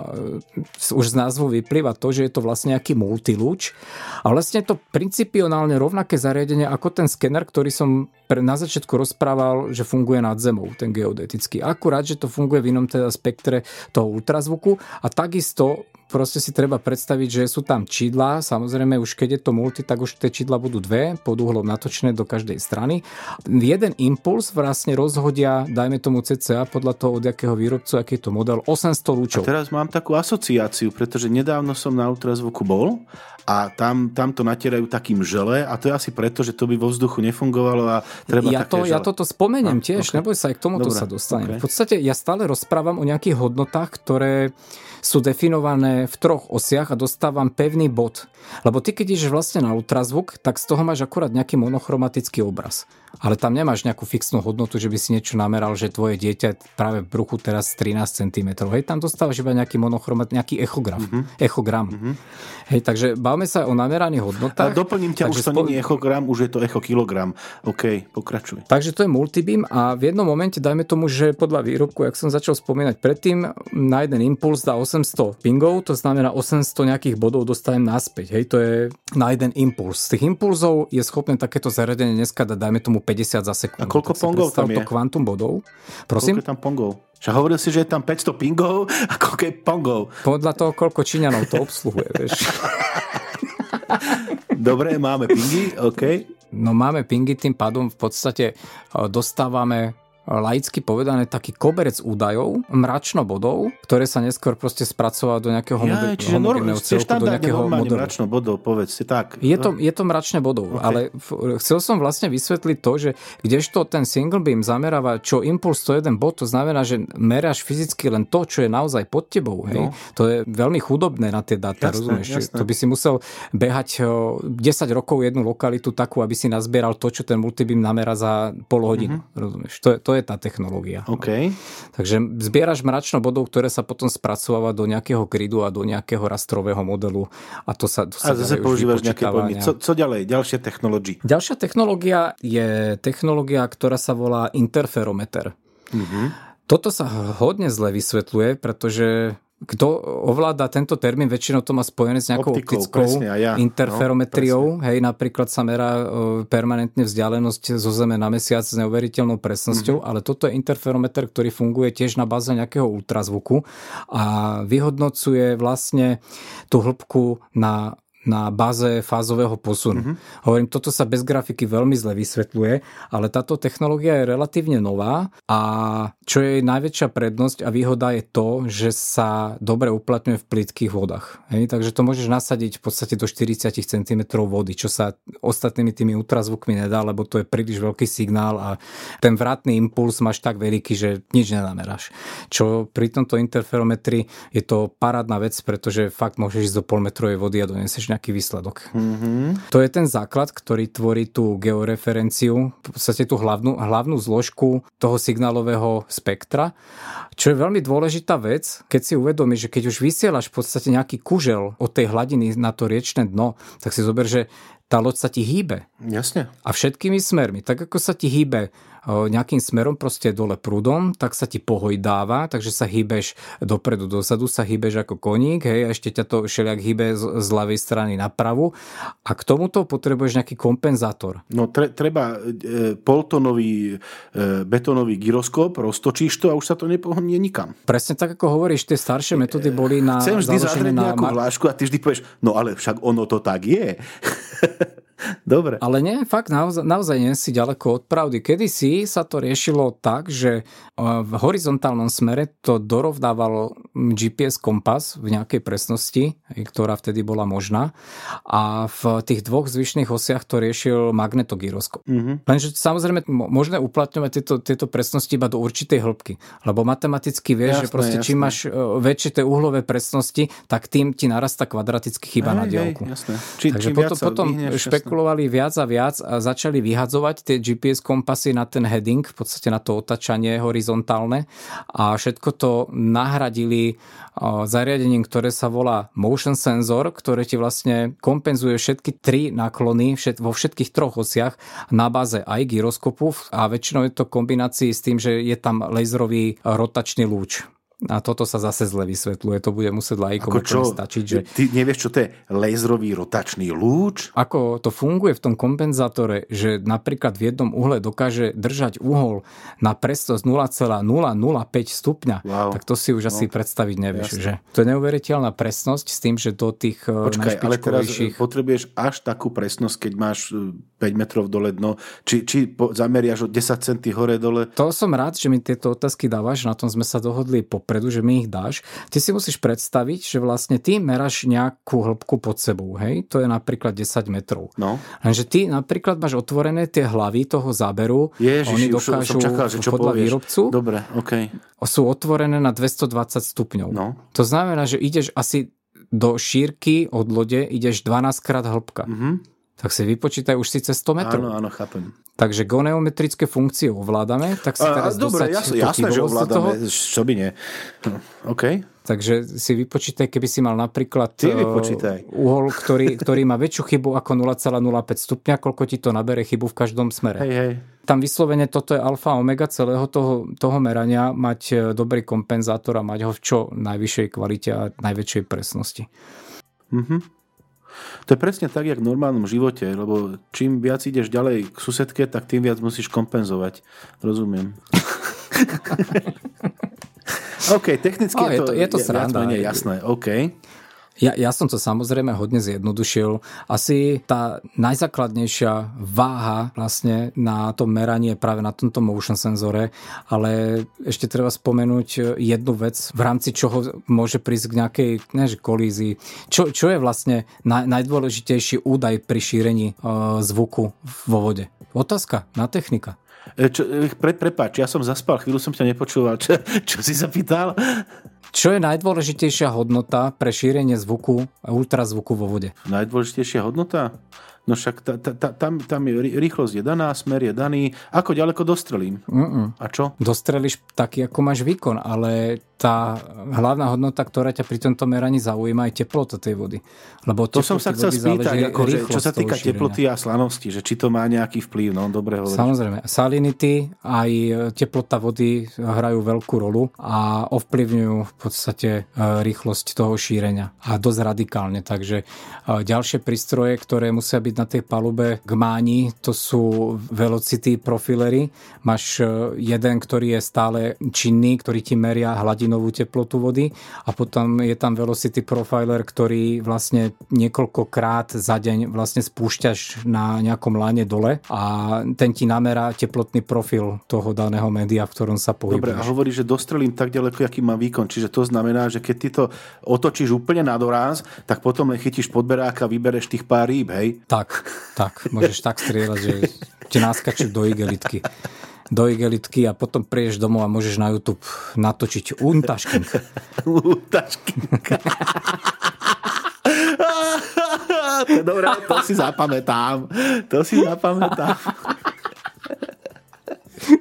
už z názvu vyplýva to, že je to vlastne nejaký multilúč a vlastne je to principiálne rovnaké zariadenie ako ten skener, ktorý som na začiatku rozprával, že funguje nad zemou, ten geodetický. Akurát, že to funguje v inom teda spektre toho ultrazvuku a takisto proste si treba predstaviť, že sú tam čidlá, samozrejme už keď je to multi, tak už tie čidlá budú dve, pod uhlom natočené do každej strany. Jeden impuls vlastne rozhodia, dajme tomu cca podľa toho, od jakého výrobcu, aký je to model, 800 lúčov. A teraz mám takú asociáciu, pretože nedávno som na ultrazvuku bol a tam to natierajú takým žele a to je asi preto, že to by vo vzduchu nefungovalo a treba také žele. Ja toto spomeniem tiež, neboj sa, aj k tomuto sa dostanem. V podstate ja stále rozprávam o nejakých hodnotách, ktoré sú definované v 3 osiach a dostávam pevný bod. Lebo ty, keď ideš vlastne na ultrazvuk, tak z toho máš akurát nejaký monochromatický obraz. Ale tam nemáš nejakú fixnú hodnotu, že by si niečo nameral, že tvoje dieťa práve v bruchu teraz 13 cm. Hej, tam dostávaš iba nejaký nejaký echogram. Hej, takže bavme sa o nameraných hodnotách. A doplním ťa, už to nie je echogram, už je to echokilogram. OK, pokračuj. Takže to je multibeam a v jednom momente, dajme tomu, že podľa výrobku, jak som začal spomínať predtým, na jeden impuls dá 800 pingov, to znamená 800 nejakých bodov dostanem naspäť. Hej, to je na jeden impuls. Z tých impulzov je schopné takéto zariadenie dneska dať, dajme tomu 50 za sekundu. A koľko pongov tam je? To kvantum bodov. Prosím? Koľko je tam pongov? Však hovoril si, že je tam 500 pingov a koľko je pongov? Podľa toho, koľko Číňanov to obsluhuje, vieš. Dobre, máme pingy, OK. No máme pingy, tým pádom v podstate dostávame laicky povedané taký koberec údajov, mračno-bodov, ktoré sa neskôr proste spracová do nejakého homogénneho celku, do nejakého modelu. Mračno-bodov, povedz si tak. Je to mračne bodov, okay. Ale chcel som vlastne vysvetliť to, že kdežto ten single beam zameráva, čo impuls to jeden bod, to znamená, že meráš fyzicky len to, čo je naozaj pod tebou. Hej? No. To je veľmi chudobné na tie dáta, rozumieš? Jasné. To by si musel behať 10 rokov jednu lokalitu takú, aby si nazbieral to, čo ten multibeam namerá za pol hodinu. Rozumieš? To je tá technológia. Okay. Takže zbieraš mračno bodov, ktoré sa potom spracováva do nejakého gridu a do nejakého rastrového modelu a to sa a zase používaš nejaké pojmy. Co ďalej? Ďalšia technológia? Ďalšia technológia je technológia, ktorá sa volá interferometer. Toto sa hodne zle vysvetľuje, pretože kto ovláda tento termín, väčšinou to má spojené s nejakou optickou interferometriou. Hej, napríklad sa merá permanentne vzdialenosť zo Zeme na Mesiac s neuveriteľnou presnosťou, ale toto je interferometer, ktorý funguje tiež na báze nejakého ultrazvuku a vyhodnocuje vlastne tú hĺbku na báze fázového posunu. Hovorím, toto sa bez grafiky veľmi zle vysvetľuje, ale táto technológia je relatívne nová a čo je najväčšia prednosť a výhoda je to, že sa dobre uplatňuje v plytkých vodách. Hej? Takže to môžeš nasadiť v podstate do 40 cm vody, čo sa ostatnými tými ultrazvukmi nedá, lebo to je príliš veľký signál a ten vratný impuls máš tak veľký, že nič nenameráš. Čo pri tomto interferometri je to parádna vec, pretože fakt môžeš ísť do polmetrovej vody a donesieš nejaký výsledok. To je ten základ, ktorý tvorí tú georeferenciu, v podstate tú hlavnú zložku toho signálového spektra, čo je veľmi dôležitá vec, keď si uvedomíš, že keď už vysielaš v podstate nejaký kužel od tej hladiny na to riečne dno, tak si zober, že tá loď sa ti hýbe. Jasne. A všetkými smermi. Tak ako sa ti hýbe nejakým smerom proste dole prúdom, tak sa ti pohojdáva, takže sa hýbeš dopredu, dozadu sa hýbeš ako koník, hej, a ešte ťa to všelijak hýbe z ľavej strany na pravú. A k tomuto potrebuješ nejaký kompenzátor. No treba poltonový betónový gyroskop, roztočíš to a už sa to nepohnie nikam. Presne tak, ako hovoríš, tie staršie metódy boli na... Chcem vždy zadrieť nejakú hlášku a ty vždy povieš, no ale však ono to tak je. Dobre. Ale nie, fakt naozaj nie si ďaleko od pravdy. Kedysi sa to riešilo tak, že v horizontálnom smere to dorovnával GPS kompas v nejakej presnosti, ktorá vtedy bola možná, a v tých dvoch zvyšných osiach to riešil magnetogyroskop. Lenže samozrejme možné uplatňovať tieto presnosti iba do určitej hĺbky, lebo matematicky vieš, že proste čím máš väčšie tie uhlové presnosti, tak tým ti narastá kvadraticky chyba na diaľku. Takže potom špekulovali viac a viac a začali vyhadzovať tie GPS kompasy na ten heading, v podstate na to otáčanie horizontálne, a všetko to nahradili zariadením, ktoré sa volá motion sensor, ktoré ti vlastne kompenzuje všetky tri náklony vo všetkých troch osiach na báze aj gyroskopu, a väčšinou je to v kombinácii s tým, že je tam laserový rotačný lúč. A toto sa zase zle vysvetľuje, to bude musieť laikom stačiť. Že... Ty nevieš, čo to je laserový rotačný lúč? Ako to funguje v tom kompenzátore, že napríklad v jednom uhle dokáže držať uhol na presnosť 0,005 stupňa, tak to si už asi predstaviť nevieš. Že? To je neuveriteľná presnosť s tým, že do tých Počkaj, ale teraz potrebuješ až takú presnosť, keď máš 5 metrov dole dno, či zameriaš o 10 cm hore dole? To som rád, že mi tieto otázky dávaš, na tom sme sa dohodli že mi ich dáš. Ty si musíš predstaviť, že vlastne ty meráš nejakú hĺbku pod sebou, hej? To je napríklad 10 metrov. No. Lenže ty napríklad máš otvorené tie hlavy toho záberu. Oni dokážu podľa výrobcu. Dobre, okej. Sú otvorené na 220 stupňov. No. To znamená, že ideš asi do šírky od lode, ideš 12 krát hĺbka. Tak si vypočítaj už síce 100 metrov. Áno, chápem. Takže geometrické funkcie ovládame, tak si teraz dobre, jasné, že ovládame, čo by nie. OK. Takže si vypočítaj, keby si mal napríklad uhol, ktorý má väčšiu chybu ako 0,05 stupňa, koľko ti to nabere chybu v každom smere. Hej. Tam vyslovene toto je alfa omega celého toho merania, mať dobrý kompenzátor a mať ho v čo najvyššej kvalite a najväčšej presnosti. To je presne tak, jak v normálnom živote, lebo čím viac ideš ďalej k susedke, tak tým viac musíš kompenzovať. Rozumiem. OK, technicky je to sranda. Viac menej jasné. OK. Ja som to samozrejme hodne zjednodušil. Asi tá najzákladnejšia váha vlastne na tom meraní je práve na tomto motion senzore, ale ešte treba spomenúť jednu vec, v rámci čoho môže prísť k nejakej kolízii. Čo je vlastne najdôležitejší údaj pri šírení zvuku vo vode? Otázka na technika. Prepáč, ja som zaspal, chvíľu som ťa nepočúval. Čo si sa pýtal? Čo je najdôležitejšia hodnota pre šírenie zvuku a ultrazvuku vo vode? Najdôležitejšia hodnota? No však tam je rýchlosť je daná, smer je daný. Ako ďaleko dostrelím? A čo? Dostrelíš taký, ako máš výkon, ale tá hlavná hodnota, ktorá ťa pri tomto meraní zaujíma, je teplota tej vody. Lebo to som sa chcel spýtať, čo sa týka teploty a slanosti, že či to má nejaký vplyv. No, dobre hovoríš. Samozrejme. Salinity aj teplota vody hrajú veľkú rolu a ovplyvňujú v podstate rýchlosť toho šírenia. A dosť radikálne. Takže ďalšie prístroje, ktoré musia byť na tej palube k máni, to sú velocity profilery. Máš jeden, ktorý je stále činný, ktorý ti meria hladinovú teplotu vody, a potom je tam velocity profiler, ktorý vlastne niekoľkokrát za deň vlastne spúšťaš na nejakom láne dole a ten ti namerá teplotný profil toho daného média, v ktorom sa pohybuješ. Dobre, a hovorí, že dostrelím tak ďaleko, aký má výkon. Čiže to znamená, že keď ty to otočíš úplne na doraz, tak potom len chytíš podberák a vybereš tých pár rýb, hej? Tak, môžeš tak strieľať, že ti naskačú do igelitky a potom prídeš domov a môžeš na YouTube natočiť Untašking. Dobre, to si zapamätám.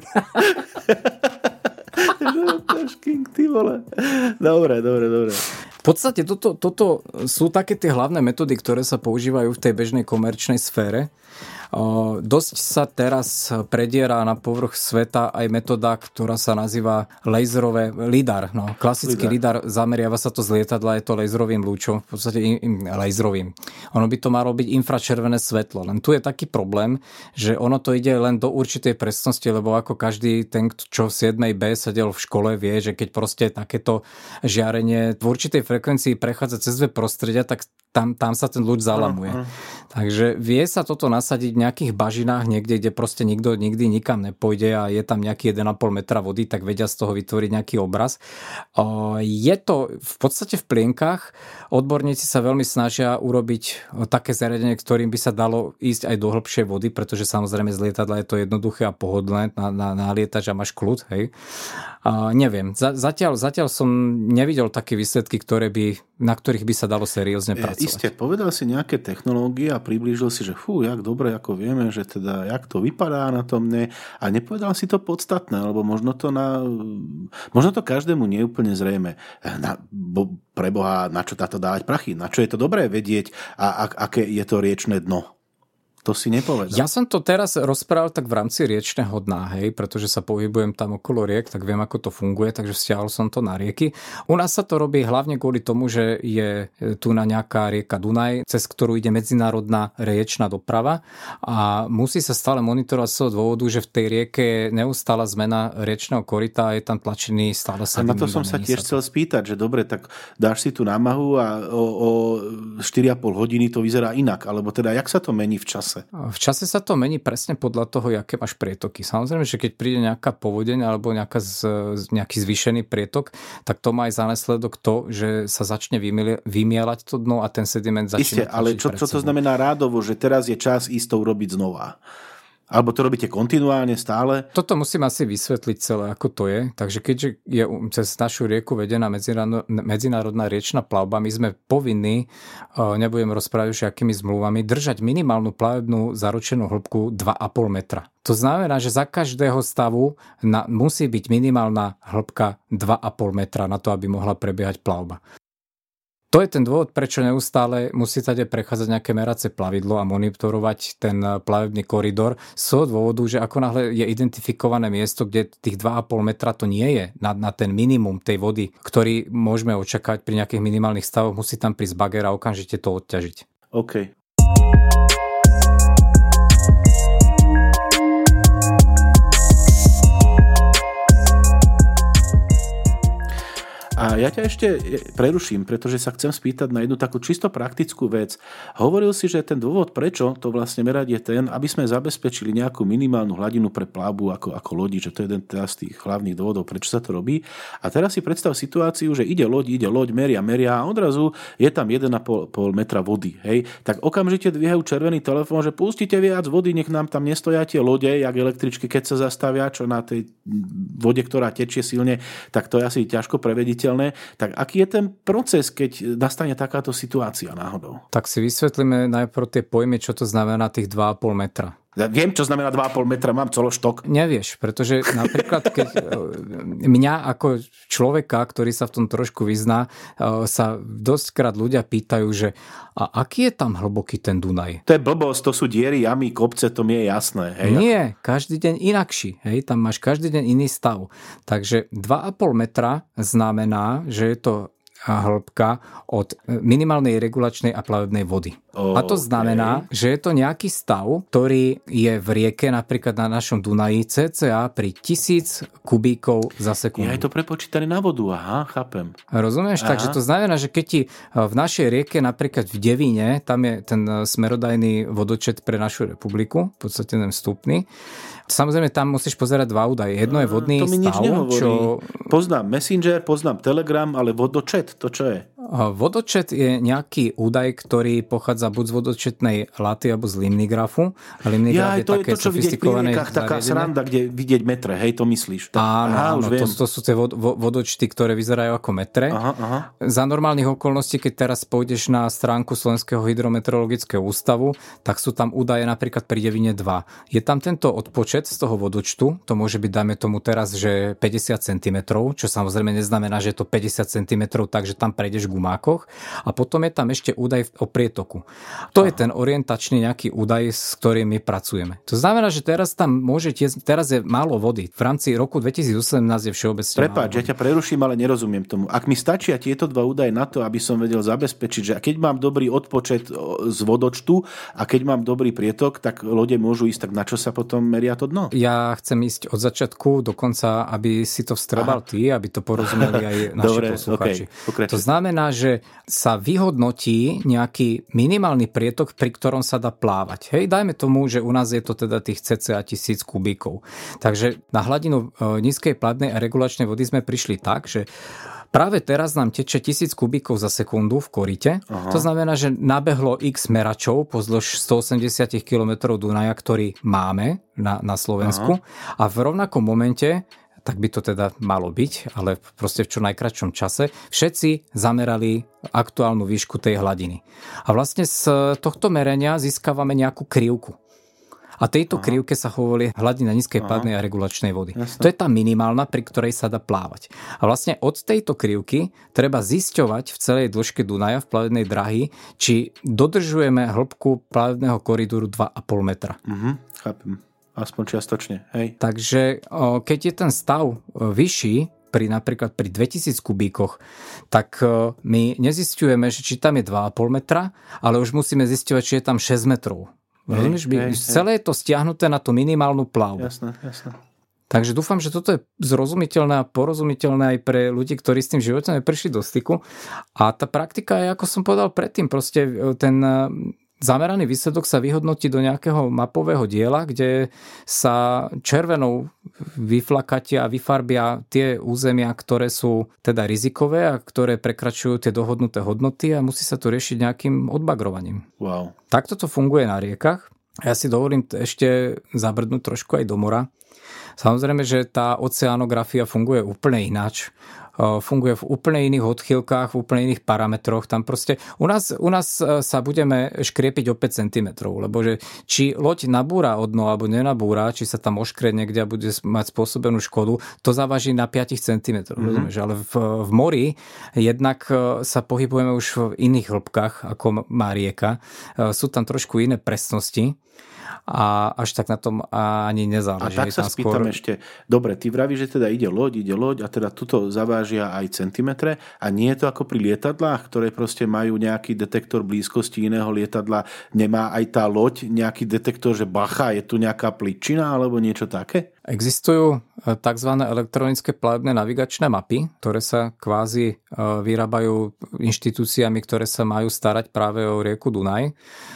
Untašking, ty vole. Dobre. V podstate toto sú také tie hlavné metódy, ktoré sa používajú v tej bežnej komerčnej sfére. Dosť sa teraz prediera na povrch sveta aj metóda, ktorá sa nazýva laserové lidar. No, klasický lidar, zameriava sa to z lietadla, je to laserovým lúčom, v podstate laserovým. Ono by to malo byť infračervené svetlo. Len tu je taký problém, že ono to ide len do určitej presnosti, lebo ako každý ten, čo v 7B sedel v škole, vie, že keď proste takéto žiarenie v určitej frekvencii prechádza cez dve prostredia, tak tam sa ten lúč zalamuje. Takže vie sa toto nasadiť v nejakých bažinách niekde, kde proste nikto nikdy nikam nepôjde a je tam nejaký 1,5 metra vody, tak vedia z toho vytvoriť nejaký obraz. Je to v podstate v plienkach. Odborníci sa veľmi snažia urobiť také zariadenie, ktorým by sa dalo ísť aj do hĺbšej vody, pretože samozrejme z lietadla je to jednoduché a pohodlné na lietač a máš kľud, hej. Neviem. Zatiaľ som nevidel také výsledky, na ktorých by sa dalo seriózne pracovať. Isté, povedal si nejaké technológie a priblížil si, že jak dobre, ako vieme, že teda jak to vypadá na tom, ne. A nepovedal si to podstatné, lebo možno to každému nie je úplne zrejme. Preboha, na čo táto dávať prachy? Na čo je to dobré vedieť a aké je to riečne dno? To si nepovedal. Ja som to teraz rozprával tak v rámci riečného dna, hej, pretože sa pohybujem tam okolo riek, tak viem, ako to funguje, takže vzťahol som to na rieky. U nás sa to robí hlavne kvôli tomu, že je tu na nejaká rieka Dunaj, cez ktorú ide medzinárodná riečna doprava a musí sa stále monitorovať z toho dôvodu, že v tej rieke je neustála zmena riečného koryta a je tam tlačený stále sa. A na to som sa tiež chcel spýtať, že dobre, tak dáš si tú námahu a o 4,5 hodiny to vyzerá inak, alebo teda jak sa to mení v čase? V čase sa to mení presne podľa toho, aké máš prietoky. Samozrejme, že keď príde nejaká povodeň alebo nejaký zvýšený prietok, tak to má aj za následok to, že sa začne vymielať to dno a ten sediment začne... Isté, ale čo to znamená rádovo, že teraz je čas ísť to urobiť znova? Alebo to robíte kontinuálne stále? Toto musím asi vysvetliť celé, ako to je. Takže keďže je cez našu rieku vedená medzinárodná riečna plavba, my sme povinní, nebudem rozprávať už akými zmluvami, držať minimálnu plavebnú zaručenú hĺbku 2,5 metra. To znamená, že za každého stavu musí byť minimálna hĺbka 2,5 metra na to, aby mohla prebiehať plavba. To je ten dôvod, prečo neustále musí tady prechádzať nejaké merace plavidlo a monitorovať ten plavebný koridor z toho dôvodu, že ako náhle je identifikované miesto, kde tých 2,5 metra to nie je na ten minimum tej vody, ktorý môžeme očakávať pri nejakých minimálnych stavoch, musí tam prísť bager a okamžite to odťažiť. OK. A ja ťa ešte preruším, pretože sa chcem spýtať na jednu takú čisto praktickú vec. Hovoril si, že ten dôvod, prečo to vlastne merať, je ten, aby sme zabezpečili nejakú minimálnu hladinu pre plavbu ako lodi, že to je jeden z tých hlavných dôvodov, prečo sa to robí. A teraz si predstav situáciu, že ide loď, meria a odrazu je tam 1,5 metra vody. Hej? Tak okamžite dvíhajú červený telefón, že pustite viac vody, nech nám tam nestoja tie lode, jak električky, keď sa zastavia, čo na tej vode, ktorá tečie silne, tak to je asi ťažko prevediteľné. Tak aký je ten proces, keď nastane takáto situácia náhodou? Tak si vysvetlíme najprv tie pojmy, čo to znamená tých 2,5 metra. Ja viem, čo znamená 2,5 metra, mám cološtok. Nevieš, pretože napríklad keď mňa ako človeka, ktorý sa v tom trošku vyzná, sa dosťkrát ľudia pýtajú, že a aký je tam hlboký ten Dunaj? To je blbosť, to sú diery, jamy, kopce, to mi je jasné. Hej? Nie, každý deň inakší. Hej? Tam máš každý deň iný stav. Takže 2,5 metra znamená, že je to hĺbka od minimálnej regulačnej a plavebnej vody. A to znamená, že je to nejaký stav, ktorý je v rieke, napríklad na našom Dunaji, cca pri 1000 kubíkov za sekundu. Ja je to prepočítané na vodu, aha, chápem. Rozumieš? Takže to znamená, že keď ti v našej rieke, napríklad v Devíne, tam je ten smerodajný vodočet pre našu republiku, v podstate ten vstupný, samozrejme, tam musíš pozerať dva údaje. Jedno je vodný stav. To mi nič nehovorí. Poznám Messenger, poznám Telegram, ale vodočet, to čo je? Vodočet je nejaký údaj, ktorý pochádza buď z vodočetnej laty alebo z limnigrafu. A limnigraf je to také je to, čo vidieť pri riekách, taká sranda, kde vidieť metre, hej, to myslíš? Áno, to sú tie vodočty, ktoré vyzerajú ako metre. Aha. Za normálnych okolností, keď teraz pôjdeš na stránku Slovenského hydrometeorologického ústavu, tak sú tam údaje napríklad pri Devine 2. Je tam tento odpočet z toho vodočtu, to môže byť, dajme tomu teraz, že 50 cm, čo samozrejme neznamená, že je to 50 cm, takže tam prejdeš gumákoch a potom je tam ešte údaj o prietoku. To je ten orientačný nejaký údaj, s ktorým my pracujeme. To znamená, že teraz je málo vody. V rámci roku 2018 je všeobecne Prepáč, ja ťa preruším, ale nerozumiem tomu. Ak mi stačia tieto dva údaje na to, aby som vedel zabezpečiť, že keď mám dobrý odpočet z vodočtu a keď mám dobrý prietok, tak lode môžu ísť, tak na čo sa potom meria to dno? Ja chcem ísť od začiatku do konca, aby si to vstrebal ty, aby to porozumeli aj naši poslucháči. Okay, to znamená, že sa vyhodnotí nejaký minimálny prietok, pri ktorom sa dá plávať. Hej, dajme tomu, že u nás je to teda tých cca 1000 kubíkov. Takže na hladinu nízkej plavebnej a regulačnej vody sme prišli tak, že práve teraz nám teče 1000 kubíkov za sekundu v korite. Aha. To znamená, že nabehlo x meračov pozdĺž 180 km Dunaja, ktorý máme na Slovensku. Aha. A v rovnakom momente, tak by to teda malo byť, ale proste v čo najkratšom čase, všetci zamerali aktuálnu výšku tej hladiny. A vlastne z tohto merenia získavame nejakú krivku. A tejto krivke sa hovorí hladina nízkej plavebnej a regulačnej vody. Jasne. To je tá minimálna, pri ktorej sa dá plávať. A vlastne od tejto krivky treba zisťovať v celej dĺžke Dunaja v plavebnej drahy, či dodržujeme hĺbku plavebného koridoru 2,5 metra. Chápem. Aspoň čiastočne. Hej. Takže keď je ten stav vyšší, napríklad pri 2000 kubíkoch, tak my nezisťujeme, že či tam je 2,5 metra, ale už musíme zisťovať, či je tam 6 metrov. Celé je to stiahnuté na tú minimálnu plavbu. Jasné. Takže dúfam, že toto je zrozumiteľné a porozumiteľné aj pre ľudí, ktorí s tým životom neprišli do styku. A tá praktika je, ako som povedal predtým, proste ten zameraný výsledok sa vyhodnotí do nejakého mapového diela, kde sa červenou vyflakatia a vyfarbia tie územia, ktoré sú teda rizikové a ktoré prekračujú tie dohodnuté hodnoty a musí sa to riešiť nejakým odbagrovaním. Wow. Takto to funguje na riekach. Ja si dovolím ešte zabrdnúť trošku aj do mora. Samozrejme, že tá oceánografia funguje úplne ináč. Funguje v úplne iných odchýlkách, v úplne iných parametroch. Tam proste u nás sa budeme škriepiť o 5 cm, lebo že či loď nabúra o dno alebo nenabúra, či sa tam oškrie niekde a bude mať spôsobenú škodu, to závaží na 5 cm. Rozumieš? Ale v mori jednak sa pohybujeme už v iných hĺbkach, ako má rieka. Sú tam trošku iné presnosti. A až tak na tom ani nezáleží. A tak sa spýtam ešte, dobre, ty vravíš, že teda ide loď a teda tuto zavážia aj centimetre a nie je to ako pri lietadlách, ktoré proste majú nejaký detektor blízkosti iného lietadla, nemá aj tá loď nejaký detektor, že bacha, je tu nejaká pličina alebo niečo také? Existujú tzv. Elektronické plavebné navigačné mapy, ktoré sa kvázi vyrábajú inštitúciami, ktoré sa majú starať práve o rieku Dunaj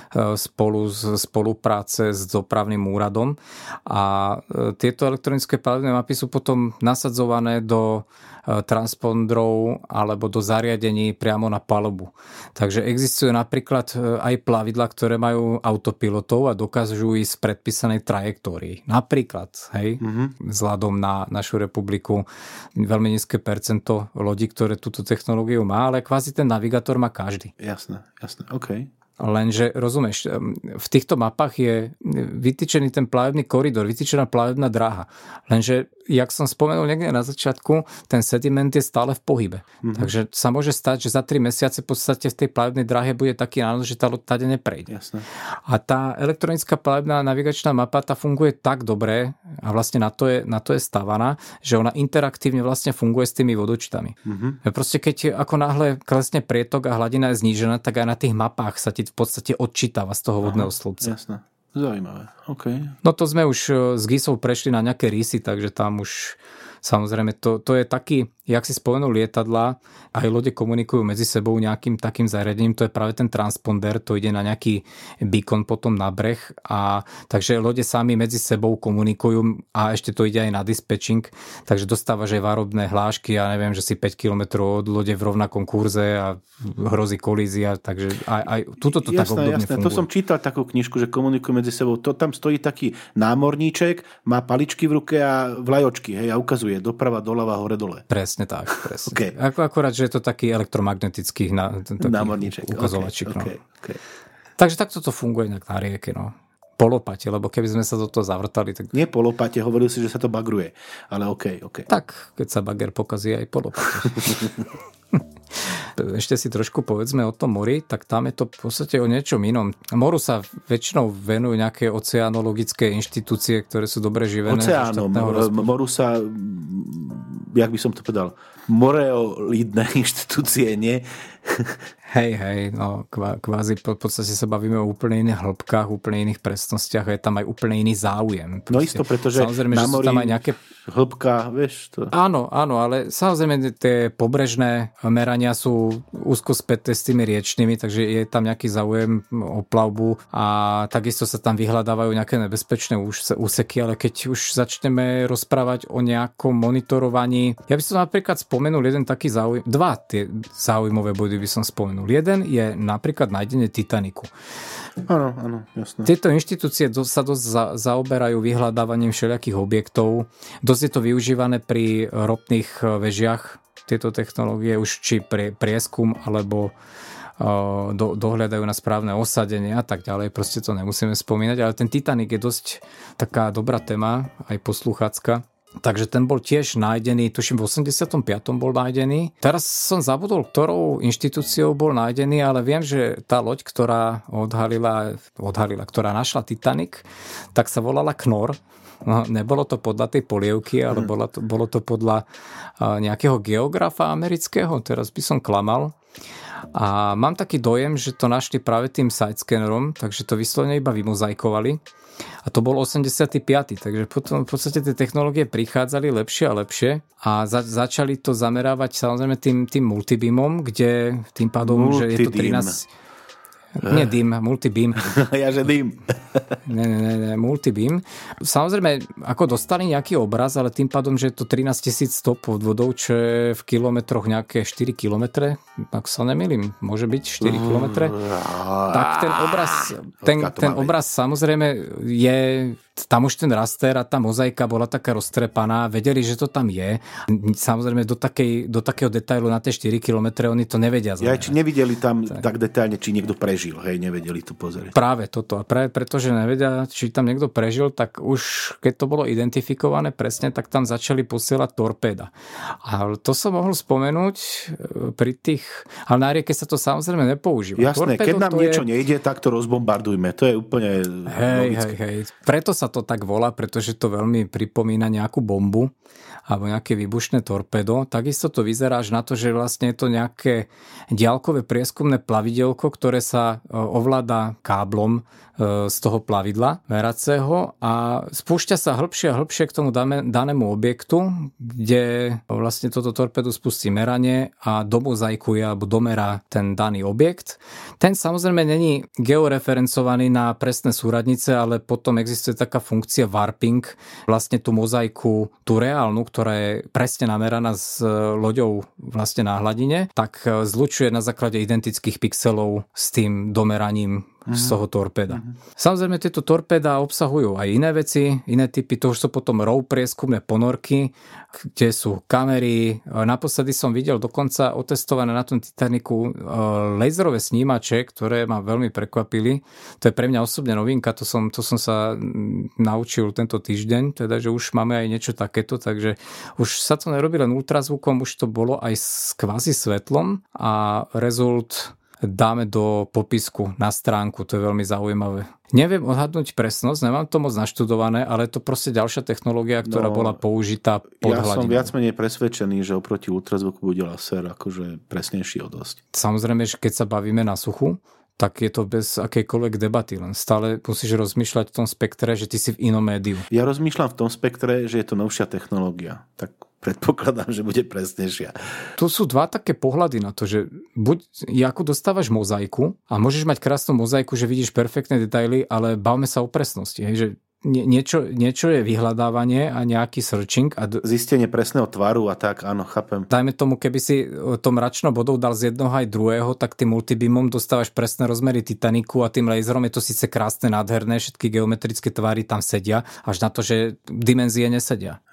spolupráce s dopravným úradom. A tieto elektronické plavebné mapy sú potom nasadzované do transpondrov alebo do zariadení priamo na palubu. Takže existujú napríklad aj plavidlá, ktoré majú autopilotov a dokážu ísť z predpísanej trajektórii. Napríklad, vzhľadom na našu republiku veľmi nízke percento lodí, ktoré túto technológiu má, ale kvázi ten navigátor má každý. Jasné, OK. Lenže, rozumieš, v týchto mapách je vytýčený ten plavebný koridor, vytýčená plavebná dráha. Lenže, jak som spomenul niekde na začiatku, ten sediment je stále v pohybe. Takže sa môže stať, že za 3 mesiace v podstate v tej plavebnej dráhe bude taký nános, že tá loď tade neprejde. Jasné. A tá elektronická plavebná navigačná mapa, tá funguje tak dobre a vlastne na to je stávaná, že ona interaktívne vlastne funguje s tými vodočtami. Proste keď ako náhle klesne prietok a hladina je znížená, tak aj na tých mapách sa ti v podstate odčítava z toho vodného slupca. Jasné. Zaujímavé. OK. No to sme už s GISou prešli na nejaké rysy, takže tam už samozrejme to je taký, jak si spomenul lietadlá, aj lode komunikujú medzi sebou nejakým takým zariadením, to je práve ten transponder, to ide na nejaký beacon potom na breh a takže lode sami medzi sebou komunikujú a ešte to ide aj na dispatching, takže dostávaš aj varobné hlášky, ja neviem, že si 5 km od lode v rovnakom kurze a hrozí kolízia, takže aj tuto to tak obdobne funguje. To som čítal takú knižku, že komunikujú medzi sebou, to tam stojí taký námorníček, má paličky v ruke a vlajočky, hej, a ukazuje doprava, doľava, hore, dole. Presne tak, presne. Okay. Akurát, že je to taký elektromagnetický námorníček. Ukazovačík. Okay. Takže takto to funguje na rieke, no. Po lopate, lebo keby sme sa do toho zavrtali, tak... Nie po lopate, hovoril si, že sa to bagruje, ale OK. Tak, keď sa bager pokazí aj po lopate. ešte si trošku povedzme o tom mori, tak tam je to v podstate o niečom inom. Moru sa väčšinou venujú nejaké oceanologické inštitúcie, ktoré sú dobre živené. Oceánom. Moru sa, jak by som to povedal, moreolidné inštitúcie, nie? Hej, no kvázi v podstate sa bavíme o úplne iných hĺbkach, úplne iných presnostiach a je tam aj úplne iný záujem. No isto, pretože samozrejme, na mori tam aj nejaké... hĺbka, vieš to. Áno, ale samozrejme tie pobrežné merania sú úzko späté s tými riečnými, takže je tam nejaký záujem o plavbu a takisto sa tam vyhľadávajú nejaké nebezpečné úseky, ale keď už začneme rozprávať o nejakom monitorovaní, ja by som napríklad spomenul jeden taký dva tie záujmové body by som spomenul. Jeden je napríklad nájdenie Titaniku. Áno, jasné. Tieto inštitúcie sa dosť zaoberajú vyhľadávaním všelijakých objektov. Dosť je to využívané pri ropných vežiach, tieto technológie, už či pre prieskum, alebo dohľadajú na správne osadenie a tak ďalej. Proste to nemusíme spomínať, ale ten Titanic je dosť taká dobrá téma, aj posluchácka. Takže ten bol tiež nájdený, tuším v 85. bol nájdený. Teraz som zabudol, ktorou inštitúciou bol nájdený, ale viem, že tá loď, ktorá ktorá našla Titanic, tak sa volala Knorr. No, nebolo to podľa tej polievky, ale bolo to podľa nejakého geografa amerického, teraz by som klamal. A mám taký dojem, že to našli práve tým sidescannerom, takže to vyslovene iba vymozaikovali. A to bol 85. Takže potom v podstate tie technológie prichádzali lepšie a lepšie a začali to zamerávať samozrejme tým multibeamom, kde tým pádom, že je to 13... Nie DIM, multibeam. Ja, že DIM. Nie, multibeam. Samozrejme, ako dostali nejaký obraz, ale tým pádom, že je to 13 000 stop pod vodou, čo je v kilometroch nejaké 4 kilometre, ak sa nemýlim, môže byť 4 kilometre. Tak ten obraz samozrejme je... Tam už ten raster a tá mozaika bola taká roztrepaná, vedeli, že to tam je. Samozrejme do takého detailu na tie 4 kilometre oni to nevedia zamerať. Či nevideli tam tak detailne, či niekto prežil, hej, nevedeli to pozrieť. Práve toto. A práve preto, že nevedia, či tam niekto prežil, tak už keď to bolo identifikované presne, tak tam začali posielať torpéda. A to som mohol spomenúť pri tých... Ale na rieke sa to samozrejme nepoužíva. Jasné, keď nám niečo nejde, tak to rozbombardujme. To je úplne logické. Hej. Preto sa to tak volá, pretože to veľmi pripomína nejakú bombu alebo nejaké výbušné torpedo. Takisto to vyzerá až na to, že vlastne je to nejaké diaľkové prieskumné plavidelko, ktoré sa ovláda káblom z toho plavidla meracého a spúšťa sa hĺbšie a hĺbšie k tomu danému objektu, kde vlastne toto torpedo spustí meranie a domozaikuje alebo domerá ten daný objekt. Ten samozrejme není georeferencovaný na presné súradnice, ale potom existuje taká funkcia warping, vlastne tú mozaiku, tú reálnu, ktorá je presne nameraná s loďou vlastne na hladine, tak zlučuje na základe identických pixelov s tým domeraním z toho torpéda. Samozrejme, tieto torpéda obsahujú aj iné veci, iné typy, to už sú potom ROV prieskumné ponorky, kde sú kamery. Naposledy som videl dokonca otestované na tom Titaniku laserové snímače, ktoré ma veľmi prekvapili. To je pre mňa osobne novinka, to som sa naučil tento týždeň, teda, že už máme aj niečo takéto, takže už sa to nerobí len ultrazvukom, už to bolo aj s kvázi svetlom a rezult dáme do popisku na stránku, to je veľmi zaujímavé. Neviem odhadnúť presnosť, nemám to moc naštudované, ale je to proste ďalšia technológia, ktorá bola použitá pod hladinou. Ja som viac menej presvedčený, že oproti ultrazvuku bude laser akože presnejší o dosť. Samozrejme, že keď sa bavíme na suchu, tak je to bez akejkoľvek debaty, len stále musíš rozmýšľať v tom spektre, že ty si v inom médiu. Ja rozmýšľam v tom spektre, že je to novšia technológia. Tak predpokladám, že bude presnejšia. Tu sú dva také pohľady na to, že buď ako dostávaš mozaiku a môžeš mať krásnu mozaiku, že vidíš perfektné detaily, ale bavme sa o presnosti, hej, že niečo je vyhľadávanie a nejaký searching. Zistenie presného tvaru a tak, áno, chápem. Dajme tomu, keby si to mračno bodov dal z jednoho aj druhého, tak tým multibeamom dostávaš presné rozmery Titaniku a tým laserom je to síce krásne, nádherné, všetky geometrické tvary tam sedia, až na to, že dimenzie nesedia.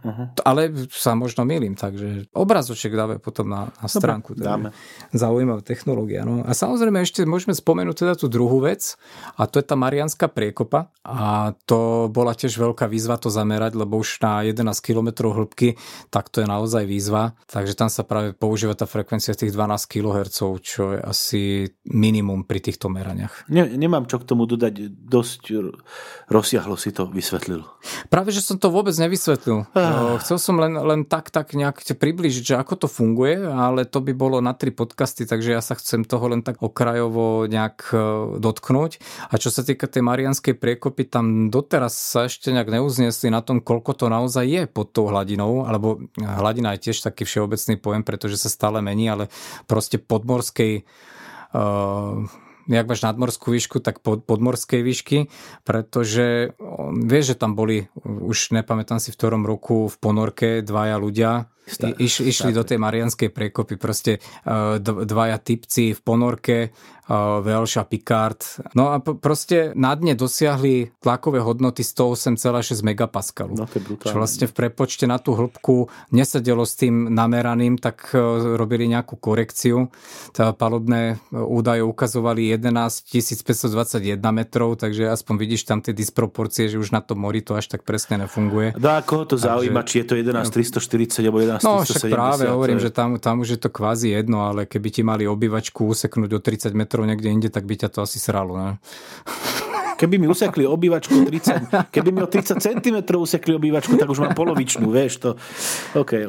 Ale sa možno mýlim, takže obrazoček dáme potom na stránku. Dáme. Zaujímavá technológia. No. A samozrejme ešte môžeme spomenúť teda tú druhú vec a to je tá Mariánska priekopa a to bola tiež veľká výzva to zamerať, lebo už na 11 km hĺbky, tak to je naozaj výzva. Takže tam sa práve používa tá frekvencia tých 12 kHz, čo je asi minimum pri týchto meraniach. Nemám čo k tomu dodať, dosť rozsiahlo si to vysvetlil. Práve, že som to vôbec nevysvetlil. Chcel som len tak nejak priblížiť, že ako to funguje, ale to by bolo na 3 podcasty, takže ja sa chcem toho len tak okrajovo nejak dotknúť. A čo sa týka tej Mariánskej priekopy, tam doteraz sa ešte nejak neuzniesli na tom, koľko to naozaj je pod tou hladinou, alebo hladina je tiež taký všeobecný pojem, pretože sa stále mení, ale proste podmorskej jak máš nadmorskú výšku, tak podmorskej výšky, pretože vieš, že tam boli, už nepamätám si v ktorom roku, v ponorke 2 ľudia išli do tej Mariánskej priekopy, proste 2 typci v ponorke, Welsh a Picard. No a proste na dne dosiahli tlakové hodnoty 108,6 megapascalu. No to je brutálne. Čo vlastne v prepočte na tú hĺbku nesedelo s tým nameraným, tak robili nejakú korekciu. Tá palubné údaje ukazovali 11 521 metrov, takže aspoň vidíš tam tie disproporcie, že už na tom mori to až tak presne nefunguje. Dá, koho to zaujíma, či je to 11 340 alebo 11 370. No však práve hovorím, že tam už je to kvázi jedno, ale keby ti mali obývačku useknúť o 30 metrov niekde inde, tak by ťa to asi sralo, ne? Keby mi usekli obývačku 30, keby mi o 30 cm usekli obývačku, tak už mám polovičnú, vieš to. OK.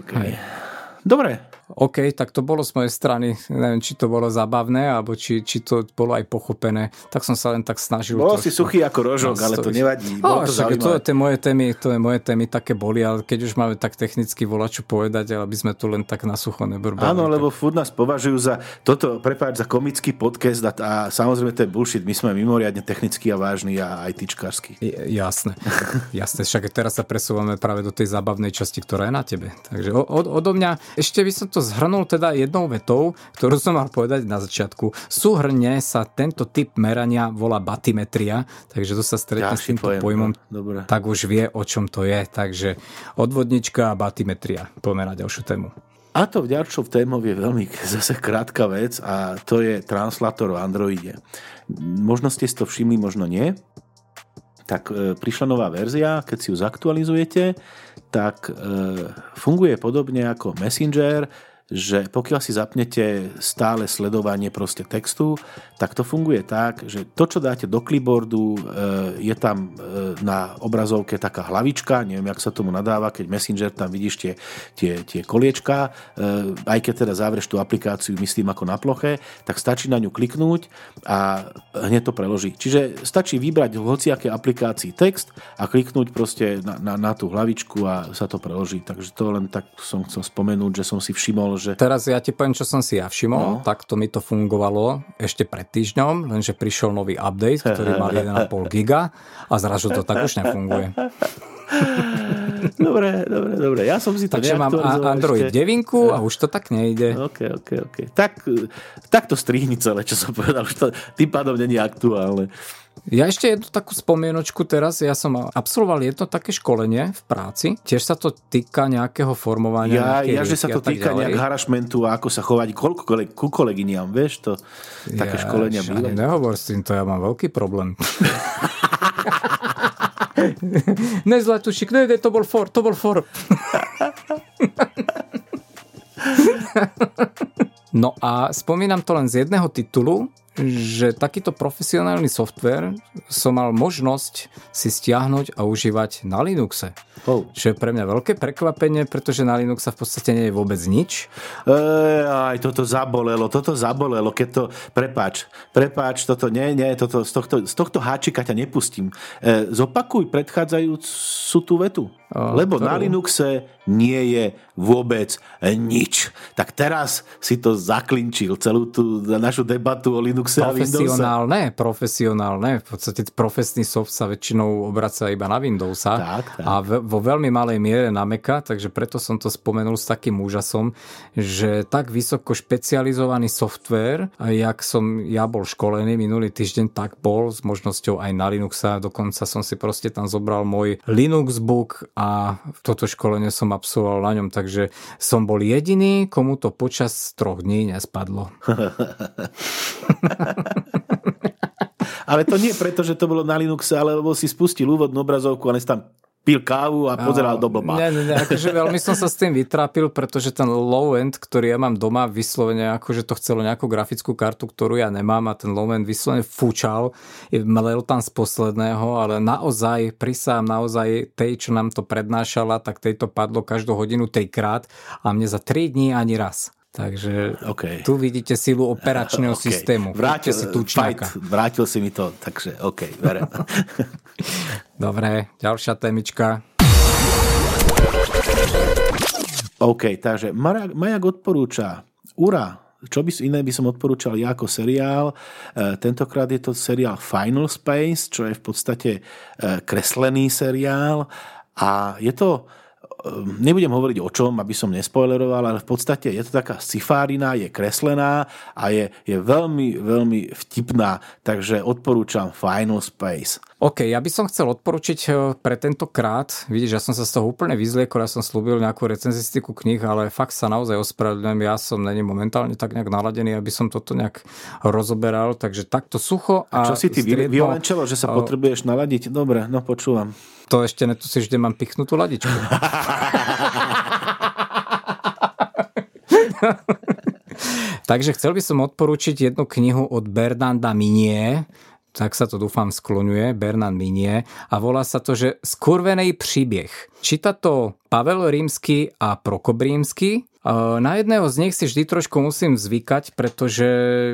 Dobre. OK, tak to bolo z mojej strany. Neviem, či to bolo zábavné, alebo či to bolo aj pochopené. Tak som sa len tak snažil. Bol si suchý ako rožok, ale to nevadí. Bolo to zaujímavé. To je moje témy také boli, ale keď už máme tak technicky volať, čo povedať, aby sme tu len tak na sucho nebrbali. Áno, lebo furt nás považujú za toto, prepáč, za komický podcast a samozrejme to je bullshit. My sme mimoriadne technický a vážny a ITčkársky. Jasné. Však teraz sa presúvame práve do tej zábavnej časti, ktorá je na tebe. Takže odo mňa ešte by som to zhrnul teda jednou vetou, ktorú som mal povedať na začiatku. Súhrne sa tento typ merania volá batimetria, takže to sa stretne s týmto pojmom, tak už vie, o čom to je. Takže odvodnička a batimetria. Poďme na ďalšiu tému. A to ďalšou témou je veľmi zase krátka vec a to je translator v Androide. Možno ste si to všimli, možno nie. Tak prišla nová verzia, keď si ju zaktualizujete, tak funguje podobne ako Messenger, že pokiaľ si zapnete stále sledovanie proste textu, tak to funguje tak, že to, čo dáte do clipboardu, je tam na obrazovke taká hlavička, neviem, jak sa tomu nadáva, keď Messenger, tam vidíš tie koliečka, aj keď teda zavrieš tú aplikáciu, myslím ako na ploche, tak stačí na ňu kliknúť a hneď to preloží. Čiže stačí vybrať v hociakej aplikácii text a kliknúť proste na tú hlavičku a sa to preloží. Takže to len tak som chcel spomenúť, že som si všimol, že... Teraz ja ti poviem, čo som si ja všimol. Takto mi to fungovalo ešte pred týždňom, lenže prišiel nový update, ktorý mal 1,5 giga a zrazu to tak už nefunguje. Dobre. Ja som si to takže mám Android 9 a už to tak nejde. OK. Tak to strihni celé, čo som povedal. Už to tým pádom není aktuálne. Ja ešte jednu takú spomienočku teraz. Ja som absolvoval jedno také školenie v práci. Tiež sa to týka nejakého formovania. Ja že sa to týka nejak harašmentu a ako sa chovať ku kolegyniam, vieš to? Také školenia bývajú. Nehovor s týmto, ja mám veľký problém. Ne Zlatušik, ne, to bol for. No a spomínam to len z jedného titulu, že takýto profesionálny software som mal možnosť si stiahnuť a užívať na Linuxe. Čo je pre mňa veľké prekvapenie, pretože na Linuxe v podstate nie je vôbec nič. Aj toto zabolelo, keď to, prepáč, toto nie, z tohto háčika ťa nepustím. Zopakuj predchádzajúcu tú vetu. Lebo na Linuxe nie je vôbec nič. Tak teraz si to zaklinčil, celú tú našu debatu o Linuxe a Windowse. Profesionálne. V podstate profesný soft sa väčšinou obracia iba na Windowsa. Tak. A vo veľmi malej miere na Maca, takže preto som to spomenul s takým úžasom, že tak vysoko špecializovaný software, jak som ja bol školený minulý týždeň, tak bol s možnosťou aj na Linuxa. Dokonca som si proste tam zobral môj Linux book a toto školenie som absolvoval na ňom, takže som bol jediný, komu to počas 3 dní nespadlo. Ale to nie preto, že to bolo na Linuxe, ale lebo si spustil úvodnú obrazovku a tam pil kávu a pozeral do blba. Nie, akože veľmi som sa s tým vytrápil, pretože ten low-end, ktorý ja mám doma, vyslovene akože to chcelo nejakú grafickú kartu, ktorú ja nemám a ten low-end vyslovene fúčal, mlel tam z posledného, ale naozaj, prisám naozaj tej, čo nám to prednášala, tak tejto padlo každú hodinu 3-krát a mne za 3 dní ani raz. Takže tu vidíte silu operačného systému. Vrátil si mi to, takže verím. Dobre, ďalšia témička. Takže Majak odporúča Ura. Čo iné by som odporúčal ja ako seriál. Tentokrát je to seriál Final Space, čo je v podstate kreslený seriál a je to nebudem hovoriť o čom, aby som nespoileroval, ale v podstate je to taká sci-fárina, je kreslená a je veľmi, veľmi vtipná, takže odporúčam Final Space. Ja by som chcel odporučiť pre tentokrát, vidíš, ja som sa z toho úplne vyzliekol, ja som slúbil nejakú recenzistiku kníh, ale fakt sa naozaj ospravedlňujem, ja som není momentálne tak nejak naladený, aby som toto nejak rozoberal, takže takto sucho. A čo si ty violenčelo, že sa potrebuješ naladiť? Dobre, no počúvam. To ešte netusíš, kde mám pichnutú ladičku. Takže chcel by som odporúčiť jednu knihu od Bernarda Minie, tak sa to dúfam skloňuje, Bernard Minie, a volá sa to, že Skurvenej príbeh. Číta to Pavel Rímsky a Prokop Rímsky. Na jedného z nich si vždy trošku musím zvykať, pretože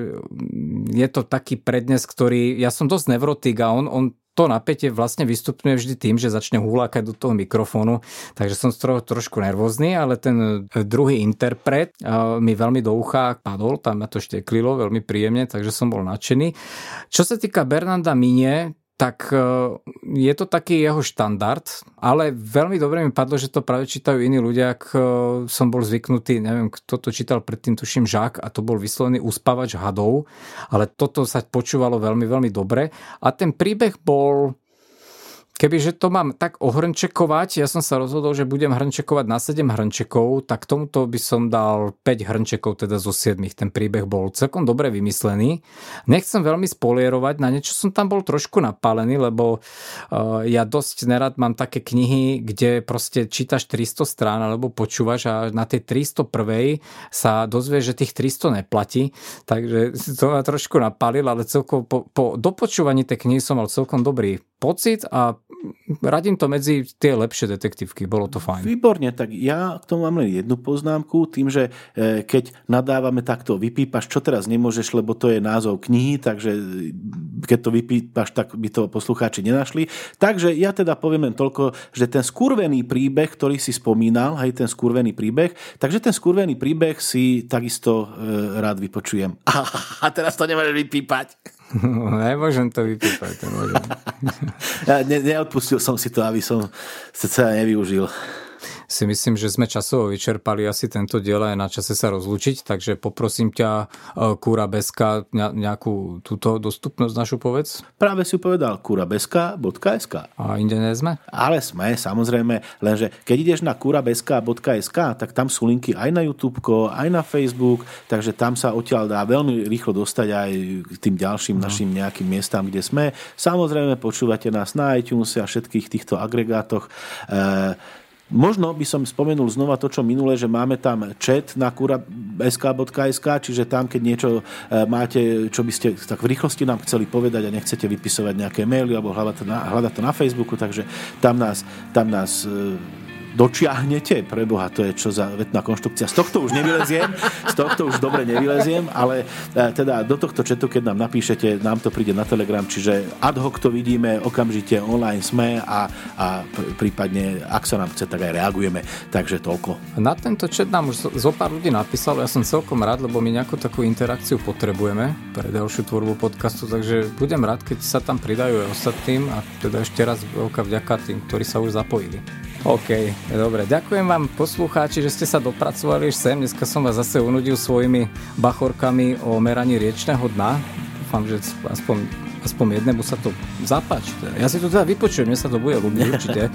je to taký prednes, ktorý, ja som dosť neurotik a on to napätie vlastne vystupňuje vždy tým, že začne húľakať do toho mikrofónu, takže som z toho trošku nervózny, ale ten druhý interpret mi veľmi do ucha padol, tam ma to šteklilo veľmi príjemne, takže som bol nadšený. Čo sa týka Bernarda Minie, tak je to taký jeho štandard, ale veľmi dobre mi padlo, že to práve čítajú iní ľudia, ak som bol zvyknutý, neviem, kto to čítal predtým, tuším Žák, a to bol vyslovený Uspávač hadov, ale toto sa počúvalo veľmi, veľmi dobre a ten príbeh bol, kebyže to mám tak ohrnčekovať, ja som sa rozhodol, že budem hrnčekovať na 7 hrnčekov, tak tomuto by som dal 5 hrnčekov, teda zo 7. Ten príbeh bol celkom dobre vymyslený. Nechcem veľmi spolierovať, na niečo som tam bol trošku napálený, lebo ja dosť nerad mám také knihy, kde proste čítaš 300 strán alebo počúvaš a na tej 301. sa dozvieš, že tých 300 neplatí, takže to ma trošku napálil, ale celkom po dopočúvaní tej knihy som mal celkom dobrý pocit a radím to medzi tie lepšie detektívky, bolo to fajn. Výborne, tak ja k tomu mám len jednu poznámku, tým, že keď nadávame takto, vypípaš, čo teraz nemôžeš, lebo to je názov knihy, takže keď to vypípaš, tak by to poslucháči nenašli. Takže ja teda poviem len toľko, že ten skurvený príbeh, ktorý si spomínal, hej, ten skurvený príbeh, takže ten skurvený príbeh si takisto rád vypočujem. A teraz to nemôžeš vypípať. Nemôžem to vypípať. Neodpustil som si to, aby som sa nevyužil. Si myslím, že sme časovo vyčerpali asi tento diel a je na čase sa rozlúčiť, takže poprosím ťa, Kurabeska, nejakú túto dostupnosť našu povedz. Práve si povedal kurabeska.sk. A inde nie sme? Ale sme, samozrejme, lenže keď ideš na kurabeska.sk, tak tam sú linky aj na YouTube, aj na Facebook, takže tam sa odtiaľ dá veľmi rýchlo dostať aj k tým ďalším našim nejakým miestam, kde sme. Samozrejme, počúvate nás na iTunes a všetkých týchto agregátoch. Možno by som spomenul znova to, čo minule, že máme tam chat na kurabeska.sk, čiže tam, keď niečo máte, čo by ste tak v rýchlosti nám chceli povedať a nechcete vypisovať nejaké maily alebo hľadať to na Facebooku, takže tam nás dočiahnete, preboha, to je čo za vetná konštrukcia. Z tohto už nevyleziem, dobre nevyleziem, ale teda do tohto chatu, keď nám napíšete, nám to príde na Telegram, čiže ad hoc to vidíme, okamžite online sme a prípadne, ak sa nám chce, tak aj reagujeme. Takže toľko. Na tento chat nám už zo pár ľudí napísalo, ja som celkom rád, lebo my nejakú takú interakciu potrebujeme pre ďalšiu tvorbu podcastu, takže budem rád, keď sa tam pridajú aj ostatným a teda ešte raz veľká vďaka tým, ktorí sa už zapojili. OK, dobre. Ďakujem vám, poslucháči, že ste sa dopracovali sem. Dneska som vás zase unudil svojimi bachorkami o meraní riečného dna. Dúfam, že aspoň jednému sa to zapáči. Ja si to teda vypočujem, mne sa to bude ľúbiť určite.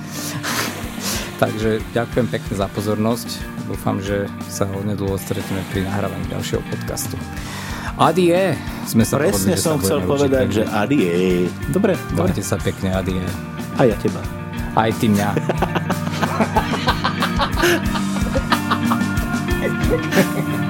Takže ďakujem pekne za pozornosť. Dúfam, že sa onedlho stretneme pri nahrávaní ďalšieho podcastu. Adie! sme sa Presne pohodli, som chcel povedať, že adie. Dobre, dobre. Majte sa pekne, adie. A ja teba. Aj ty mňa.